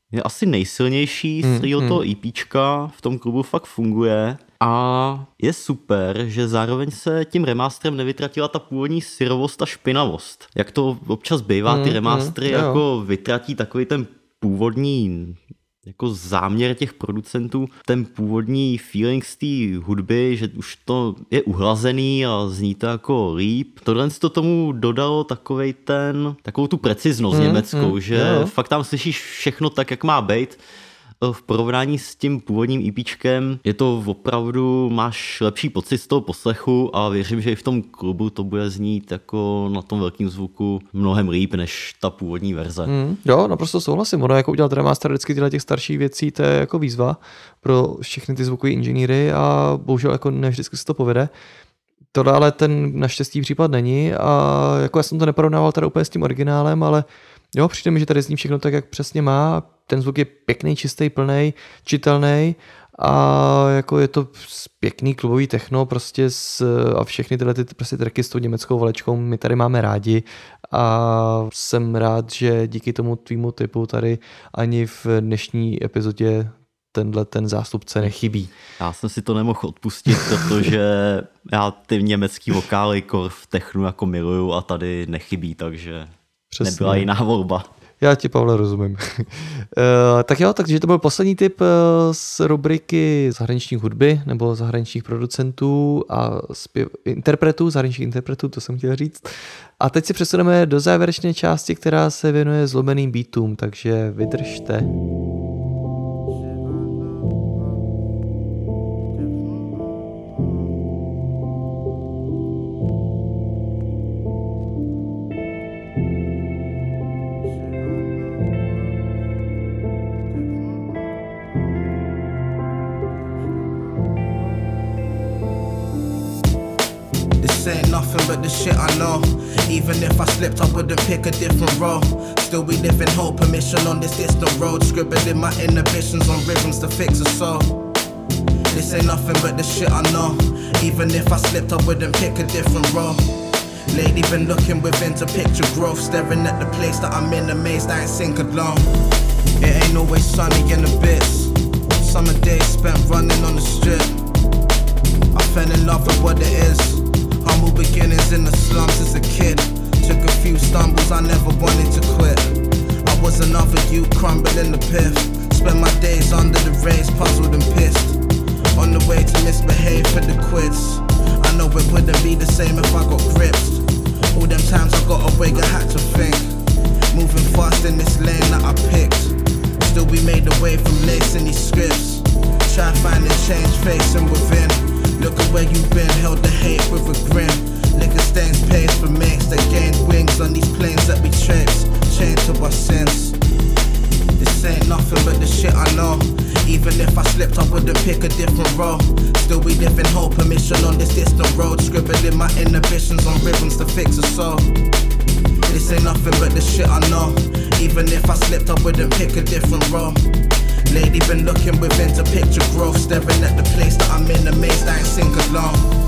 S5: je asi nejsilnější
S2: Hmm,
S5: z hmm. toho
S2: hmm.
S5: EPčka, v tom klubu fakt funguje a je super, že zároveň se tím remasterem nevytratila ta původní syrovost a špinavost. Jak to občas bývá, ty
S2: Hmm,
S5: remastery
S2: hmm, jo.
S5: jako vytratí takový ten původní jako záměr těch producentů, ten původní feeling z té hudby, že už to je uhlazený a zní to jako líp. Tohle to tomu dodalo takovej ten, takovou tu preciznost
S2: Hmm,
S5: německou,
S2: hmm,
S5: že
S2: jo.
S5: fakt tam slyšíš všechno tak, jak má být. V porovnání s tím původním EPčkem je to opravdu, máš lepší pocit z toho poslechu a věřím, že i v tom klubu to bude znít jako na tom velkém zvuku mnohem líp než ta původní verze.
S2: Mm, jo, naprosto souhlasím. Ono jako udělat remaster vždycky tyhle těch starších věcí, to je jako výzva pro všechny ty zvukové inženýry a bohužel jako ne vždycky se to povede. Tohle ale ten naštěstí případ není a jako já jsem to neporovnával teda úplně s tím originálem, ale jo, přijde mi, že tady zní všechno tak, jak přesně má. Ten zvuk je pěkný, čistý, plný, čitelný a jako je to pěkný klubový techno prostě s, a všechny tyhle ty prostě tracky s tou německou valečkou my tady máme rádi a jsem rád, že díky tomu tvýmu typu tady ani v dnešní epizodě tenhle ten zástupce nechybí.
S5: Já jsem si to nemohl odpustit, protože já ty německý vokály kor v technu jako miluju a tady nechybí, takže
S2: Přesně.
S5: nebyla jiná volba.
S2: Já ti, Pavle, rozumím. uh, tak jo, takže to byl poslední tip uh, z rubriky zahraniční hudby nebo zahraničních producentů a zpěv, interpretů, zahraničních interpretů, to jsem chtěl říct. A teď si přesuneme do závěrečné části, která se věnuje zlomeným beatům, takže vydržte.
S7: Ain't nothing but the shit I know. Even if I slipped, I wouldn't pick a different road. Still we live in hope, permission on this distant road. Scribbling my inhibitions on rhythms to fix a soul. This ain't nothing but the shit I know. Even if I slipped, I wouldn't pick a different road. Lately been looking within to picture growth. Staring at the place that I'm in, amazed I ain't sink alone. It ain't always sunny in the bits. Summer days spent running on the strip. I fell in love with what it is. Humble beginnings in the slums as a kid. Took a few stumbles, I never wanted to quit. I was another youth crumbling the piff. Spent my days under the rays, puzzled and pissed. On the way to misbehave for the quiz. I know it wouldn't be the same if I got gripped. All them times I got away, I had to think. Moving fast in this lane that I picked. Still we made a way from lacing these scripts. Try finding change facing within. Look at where you've been, held the hate with a grin. Liquor stains pays for makes that gained wings on these planes that we traipse, chained to our sins. This ain't nothing but the shit I know. Even if I slipped, I wouldn't pick a different road. Still we live in hope, permission on this distant road. Scribbling my inhibitions on rhythms to fix a soul. This ain't nothing but the shit I know. Even if I slipped, I wouldn't pick a different road. Lady been looking within to picture growth. Staring at the place that I'm in, amazed I ain't sink alone.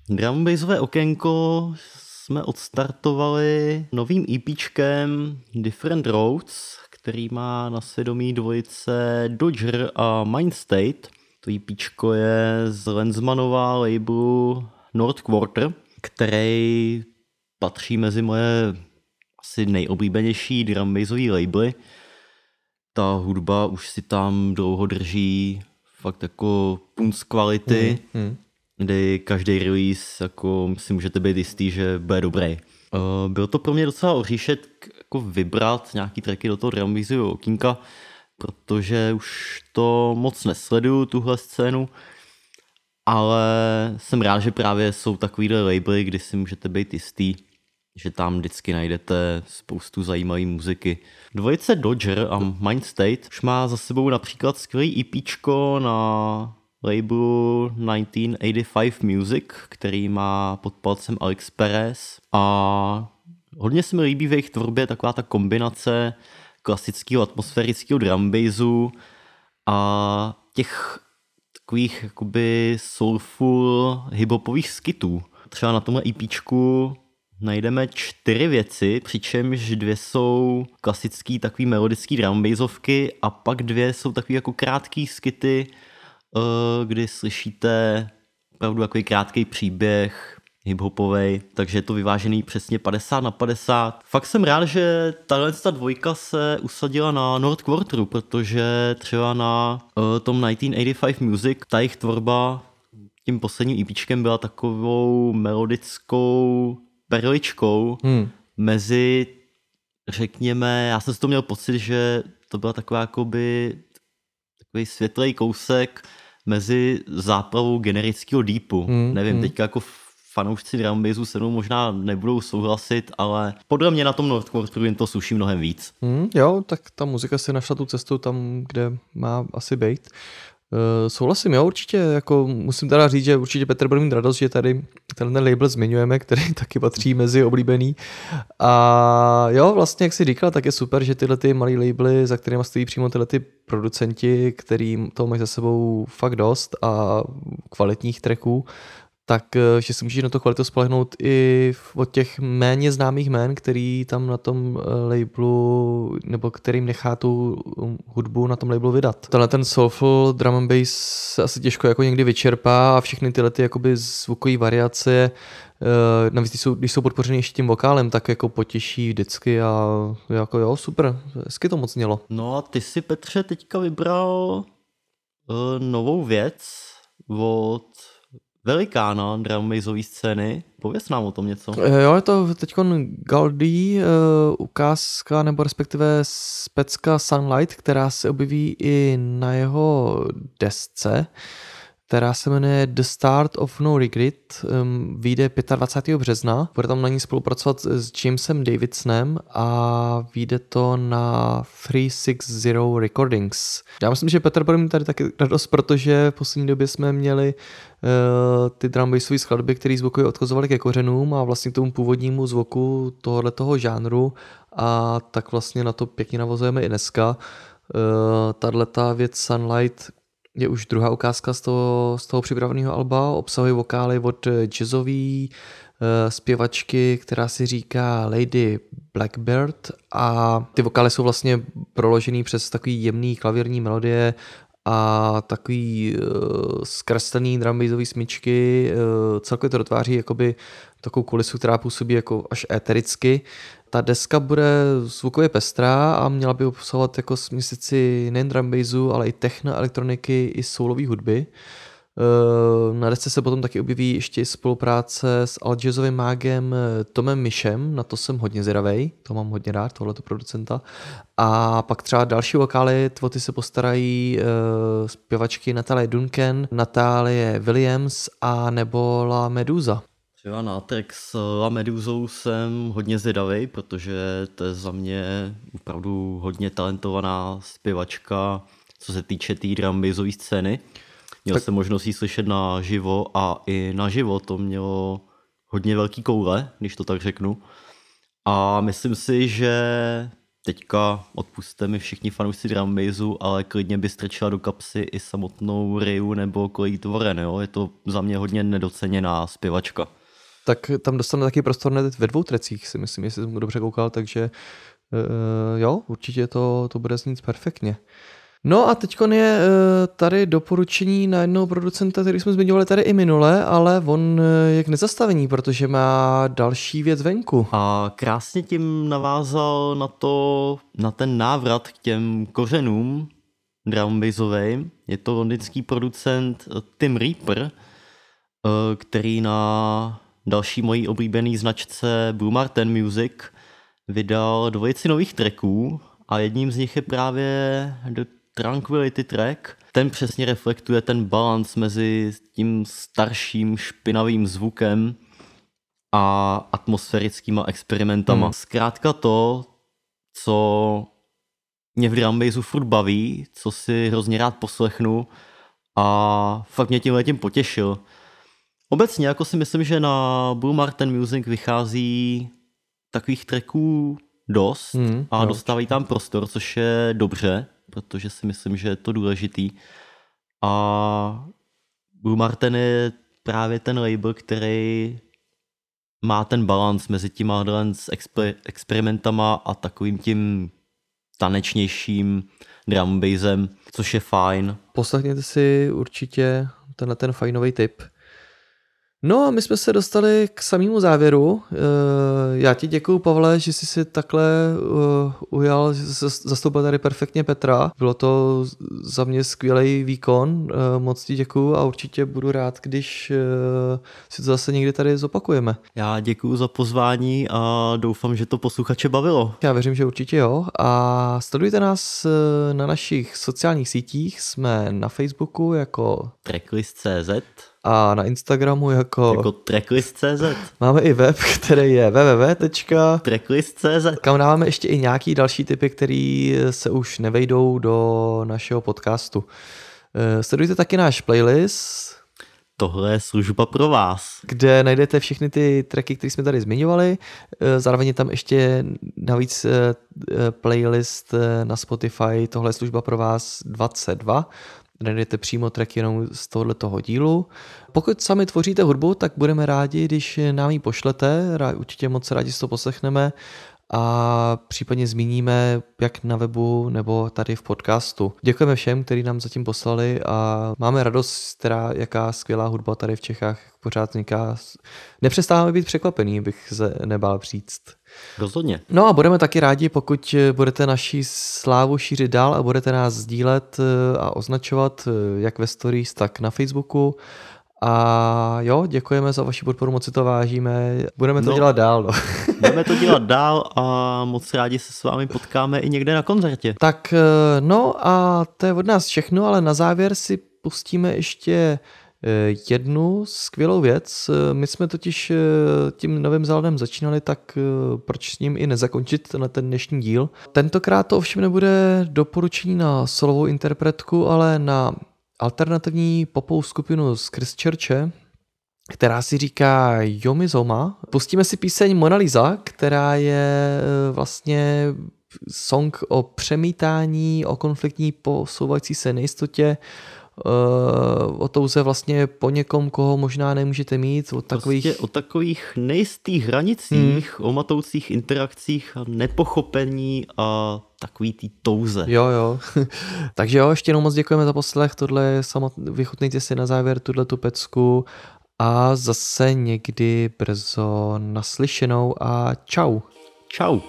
S5: Drum bassové okénko jsme odstartovali novým EPčkem Different Roads, který má na svědomí dvojice Dodger a Mindstate. To EPčko je z Lenzmanova labelu North Quarter, který patří mezi moje asi nejoblíbenější drum bassový labely. Ta hudba už si tam dlouho drží fakt jako punc kvality, mm, mm. kdy každý release jako si můžete být jistý, že bude dobrý. Uh, byl to pro mě docela oříšek jako vybrat nějaký tracky do toho drum bassového okýnka, protože už to moc nesleduju, tuhle scénu, ale jsem rád, že právě jsou takovýhle labely, kdy si můžete být jistý, že tam vždycky najdete spoustu zajímavé muziky. Dvojice Dodger a Mindstate už má za sebou například skvělý EPčko na labelu nineteen eighty-five Music, který má pod palcem Alex Perez, a hodně se mi líbí v jejich tvorbě taková ta kombinace klasického atmosférického drum bassu a těch takových jakoby soulful hiphopových skitů. Třeba na tomhle EPčku najdeme čtyři věci, přičemž dvě jsou klasický takový melodický drum bassovky a pak dvě jsou takový jako krátký skity, kdy slyšíte opravdu takový krátký příběh hiphopovej, takže je to vyvážený přesně padesát na padesát. Fakt jsem rád, že tahle dvojka se usadila na North Quarteru, protože třeba na uh, tom nineteen eighty-five Music ta jejich tvorba tím posledním EPčkem byla takovou melodickou perličkou hmm. mezi, řekněme, já jsem si to měl pocit, že to byla taková jakoby takový světlej kousek mezi záplavou generického deepu. Hmm. Nevím, hmm. teďka jako fanoušci drum bassu se mnou možná nebudou souhlasit, ale podle mě na tom North Quarteru jen to sluší mnohem víc.
S2: Hmm, jo, tak ta muzika si našla tu cestu tam, kde má asi být. Uh, souhlasím, jo, určitě, jako musím teda říct, že určitě Petr bude mít radost, že tady tenhle label zmiňujeme, který taky patří mezi oblíbený. A jo, vlastně, jak jsi říkal, tak je super, že tyhle ty malý labely, za kterými stojí přímo tyhle ty producenti, který toho mají za sebou fakt dost a kvalitních tracků, tak že si můžeš na to kvalitu spolehnout i od těch méně známých jmén, který tam na tom labelu, nebo kterým nechá tu hudbu na tom labelu vydat. Tenhle ten soulful drum and bass se asi těžko jako někdy vyčerpá a všechny tyhle ty jakoby zvukové variace, navíc když jsou, když jsou podpořeny ještě tím vokálem, tak jako potěší vždycky a jako jo, super, hezky to moc mělo.
S5: No a ty si, Petře, teďka vybral uh, novou věc od velikána drum bassové scény. Pověz nám o tom něco.
S2: Jo, je to teďkon Galdi, uh, ukázka, nebo respektive specka Sunlight, která se objeví i na jeho desce, která se jmenuje The Start of No Regret, um, vyjde dvacátého pátého března. Bude tam na ní spolupracovat s Jamesem Davidsonem a vyjde to na tři set šedesát Recordings. Já myslím, že Petr bude mít tady taky radost, protože v poslední době jsme měli uh, ty drum bassové skladby, které zvukově odkazovaly ke kořenům a vlastně k tomu původnímu zvuku tohoto žánru, a tak vlastně na to pěkně navazujeme i dneska. Uh, tato věc Sunlight je už druhá ukázka z toho, z toho připraveného alba, obsahuje vokály od jazzové uh, zpěvačky, která si říká Lady Blackbird, a ty vokály jsou vlastně proložený přes takový jemný klavírní melodie a takový uh, zkreslený drum bassový smyčky. Uh, celkově to dotváří jakoby takovou kulisu, která působí jako až étericky. Ta deska bude zvukově pestrá a měla by obsahovat jako směsici nejen drum bassu, ale i techno, elektroniky i soulové hudby. Na desce se potom taky objeví ještě spolupráce s alt-jazzovým mágem Tomem Mishem, na to jsem hodně zvědavej, to mám hodně rád, tohleto producenta. A pak třeba další vokály, o ty se postarají uh, zpěvačky Natalie Duncan, Natalie Williams a nebo La Medusa.
S5: Třeba na track s La Medusou jsem hodně zvědavej, protože to je za mě opravdu hodně talentovaná zpěvačka, co se týče té tý drum bassové scény. Měl tak jsem možnost jí slyšet naživo a i naživo to mělo hodně velký koule, když to tak řeknu. A myslím si, že teďka odpusťte mi všichni fanoušci drum bassu, ale klidně by strčila do kapsy i samotnou Ryu nebo Chloe Warren, jo? Je to za mě hodně nedoceněná zpěvačka.
S2: Tak tam dostane taky prostor ve dvou trecích, si myslím, jestli jsem to dobře koukal, takže uh, jo, určitě to, to bude znít perfektně. No a teďkon je uh, tady doporučení na jednoho producenta, který jsme zmiňovali tady i minule, ale on uh, je k nezastavení, protože má další věc venku.
S5: A krásně tím navázal na to, na ten návrat k těm kořenům drum bassovým. Je to londýnský producent Tim Reaper, uh, který na další mojí oblíbený značce Blue Martin Music vydal dvojici nových tracků a jedním z nich je právě The Tranquility track. Ten přesně reflektuje ten balans mezi tím starším špinavým zvukem a atmosférickýma experimentama. Hmm. Zkrátka to, co mě v drum bassu furt baví, co si hrozně rád poslechnu a fakt mě tímhletím potěšil. Obecně jako si myslím, že na Blue Martin Music vychází takových tracků dost hmm, a no. dostávají tam prostor, což je dobře, protože si myslím, že je to důležitý. A Blue Martin je právě ten label, který má ten balans mezi těma exper- experimentama a takovým tím tanečnějším drum bassem, což je fajn.
S2: Poslechněte si určitě tenhle ten fajnový tip. No a my jsme se dostali k samému závěru. Já ti děkuju, Pavle, že jsi si takhle ujal, že jsi zastoupil tady perfektně Petra. Bylo to za mě skvělý výkon, moc ti děkuju a určitě budu rád, když si to zase někdy tady zopakujeme.
S5: Já děkuju za pozvání a doufám, že to posluchače bavilo.
S2: Já věřím, že určitě jo. A sledujte nás na našich sociálních sítích. Jsme na Facebooku jako
S5: Tracklist tečka cé zet
S2: a na Instagramu jako,
S5: jako Tracklist tečka cé zet.
S2: Máme i web, který je w w w tečka
S5: tracklist tečka cé zet.
S2: Kam dáváme ještě i nějaký další tipy, které se už nevejdou do našeho podcastu. Sledujte taky náš playlist.
S5: Tohle je služba pro vás.
S2: Kde najdete všechny ty tracky, které jsme tady zmiňovali. Zároveň je tam ještě navíc playlist na Spotify. Tohle je služba pro vás dvacet dva. Najdete přímo track jenom z tohoto dílu. Pokud sami tvoříte hudbu, tak budeme rádi, když nám ji pošlete. Určitě moc rádi si to poslechneme a případně zmíníme jak na webu nebo tady v podcastu. Děkujeme všem, kteří nám zatím poslali a máme radost, která, jaká skvělá hudba tady v Čechách pořád vzniká. Nepřestáváme být překvapený, bych se nebál říct.
S5: Rozhodně.
S2: No a budeme taky rádi, pokud budete naši slávu šířit dál a budete nás sdílet a označovat jak ve stories, tak na Facebooku. A jo, děkujeme za vaši podporu, moc si to vážíme. Budeme to no, dělat dál. No.
S5: Budeme to dělat dál a moc rádi se s vámi potkáme i někde na koncertě.
S2: Tak no a to je od nás všechno, ale na závěr si pustíme ještě jednu skvělou věc. My jsme totiž tím novým záladem začínali, tak proč s ním i nezakončit na ten dnešní díl. Tentokrát to ovšem nebude doporučení na solovou interpretku, ale na alternativní popovou skupinu z Christchurche, která si říká Yomizoma. Pustíme si píseň Mona Lisa, která je vlastně song o přemítání, o konfliktní posouvající se nejistotě, o touze vlastně po někom, koho možná nemůžete mít. O takových,
S5: prostě o takových nejistých hranicích, hmm. o matoucích interakcích a nepochopení a takový tý touze.
S2: Jo, jo. Takže jo, ještě jenom moc děkujeme za poslech. Tohle je samotný, vychutnejte si na závěr tuhle tu pecku a zase někdy brzo naslyšenou a čau.
S5: Čau.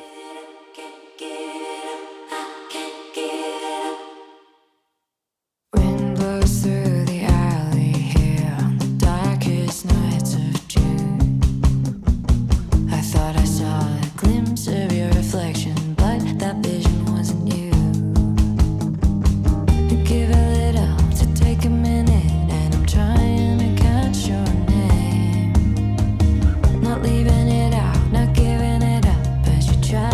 S4: Try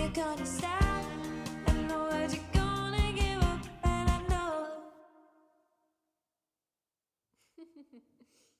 S4: you're gonna stop, and the words you're gonna give up, and I know.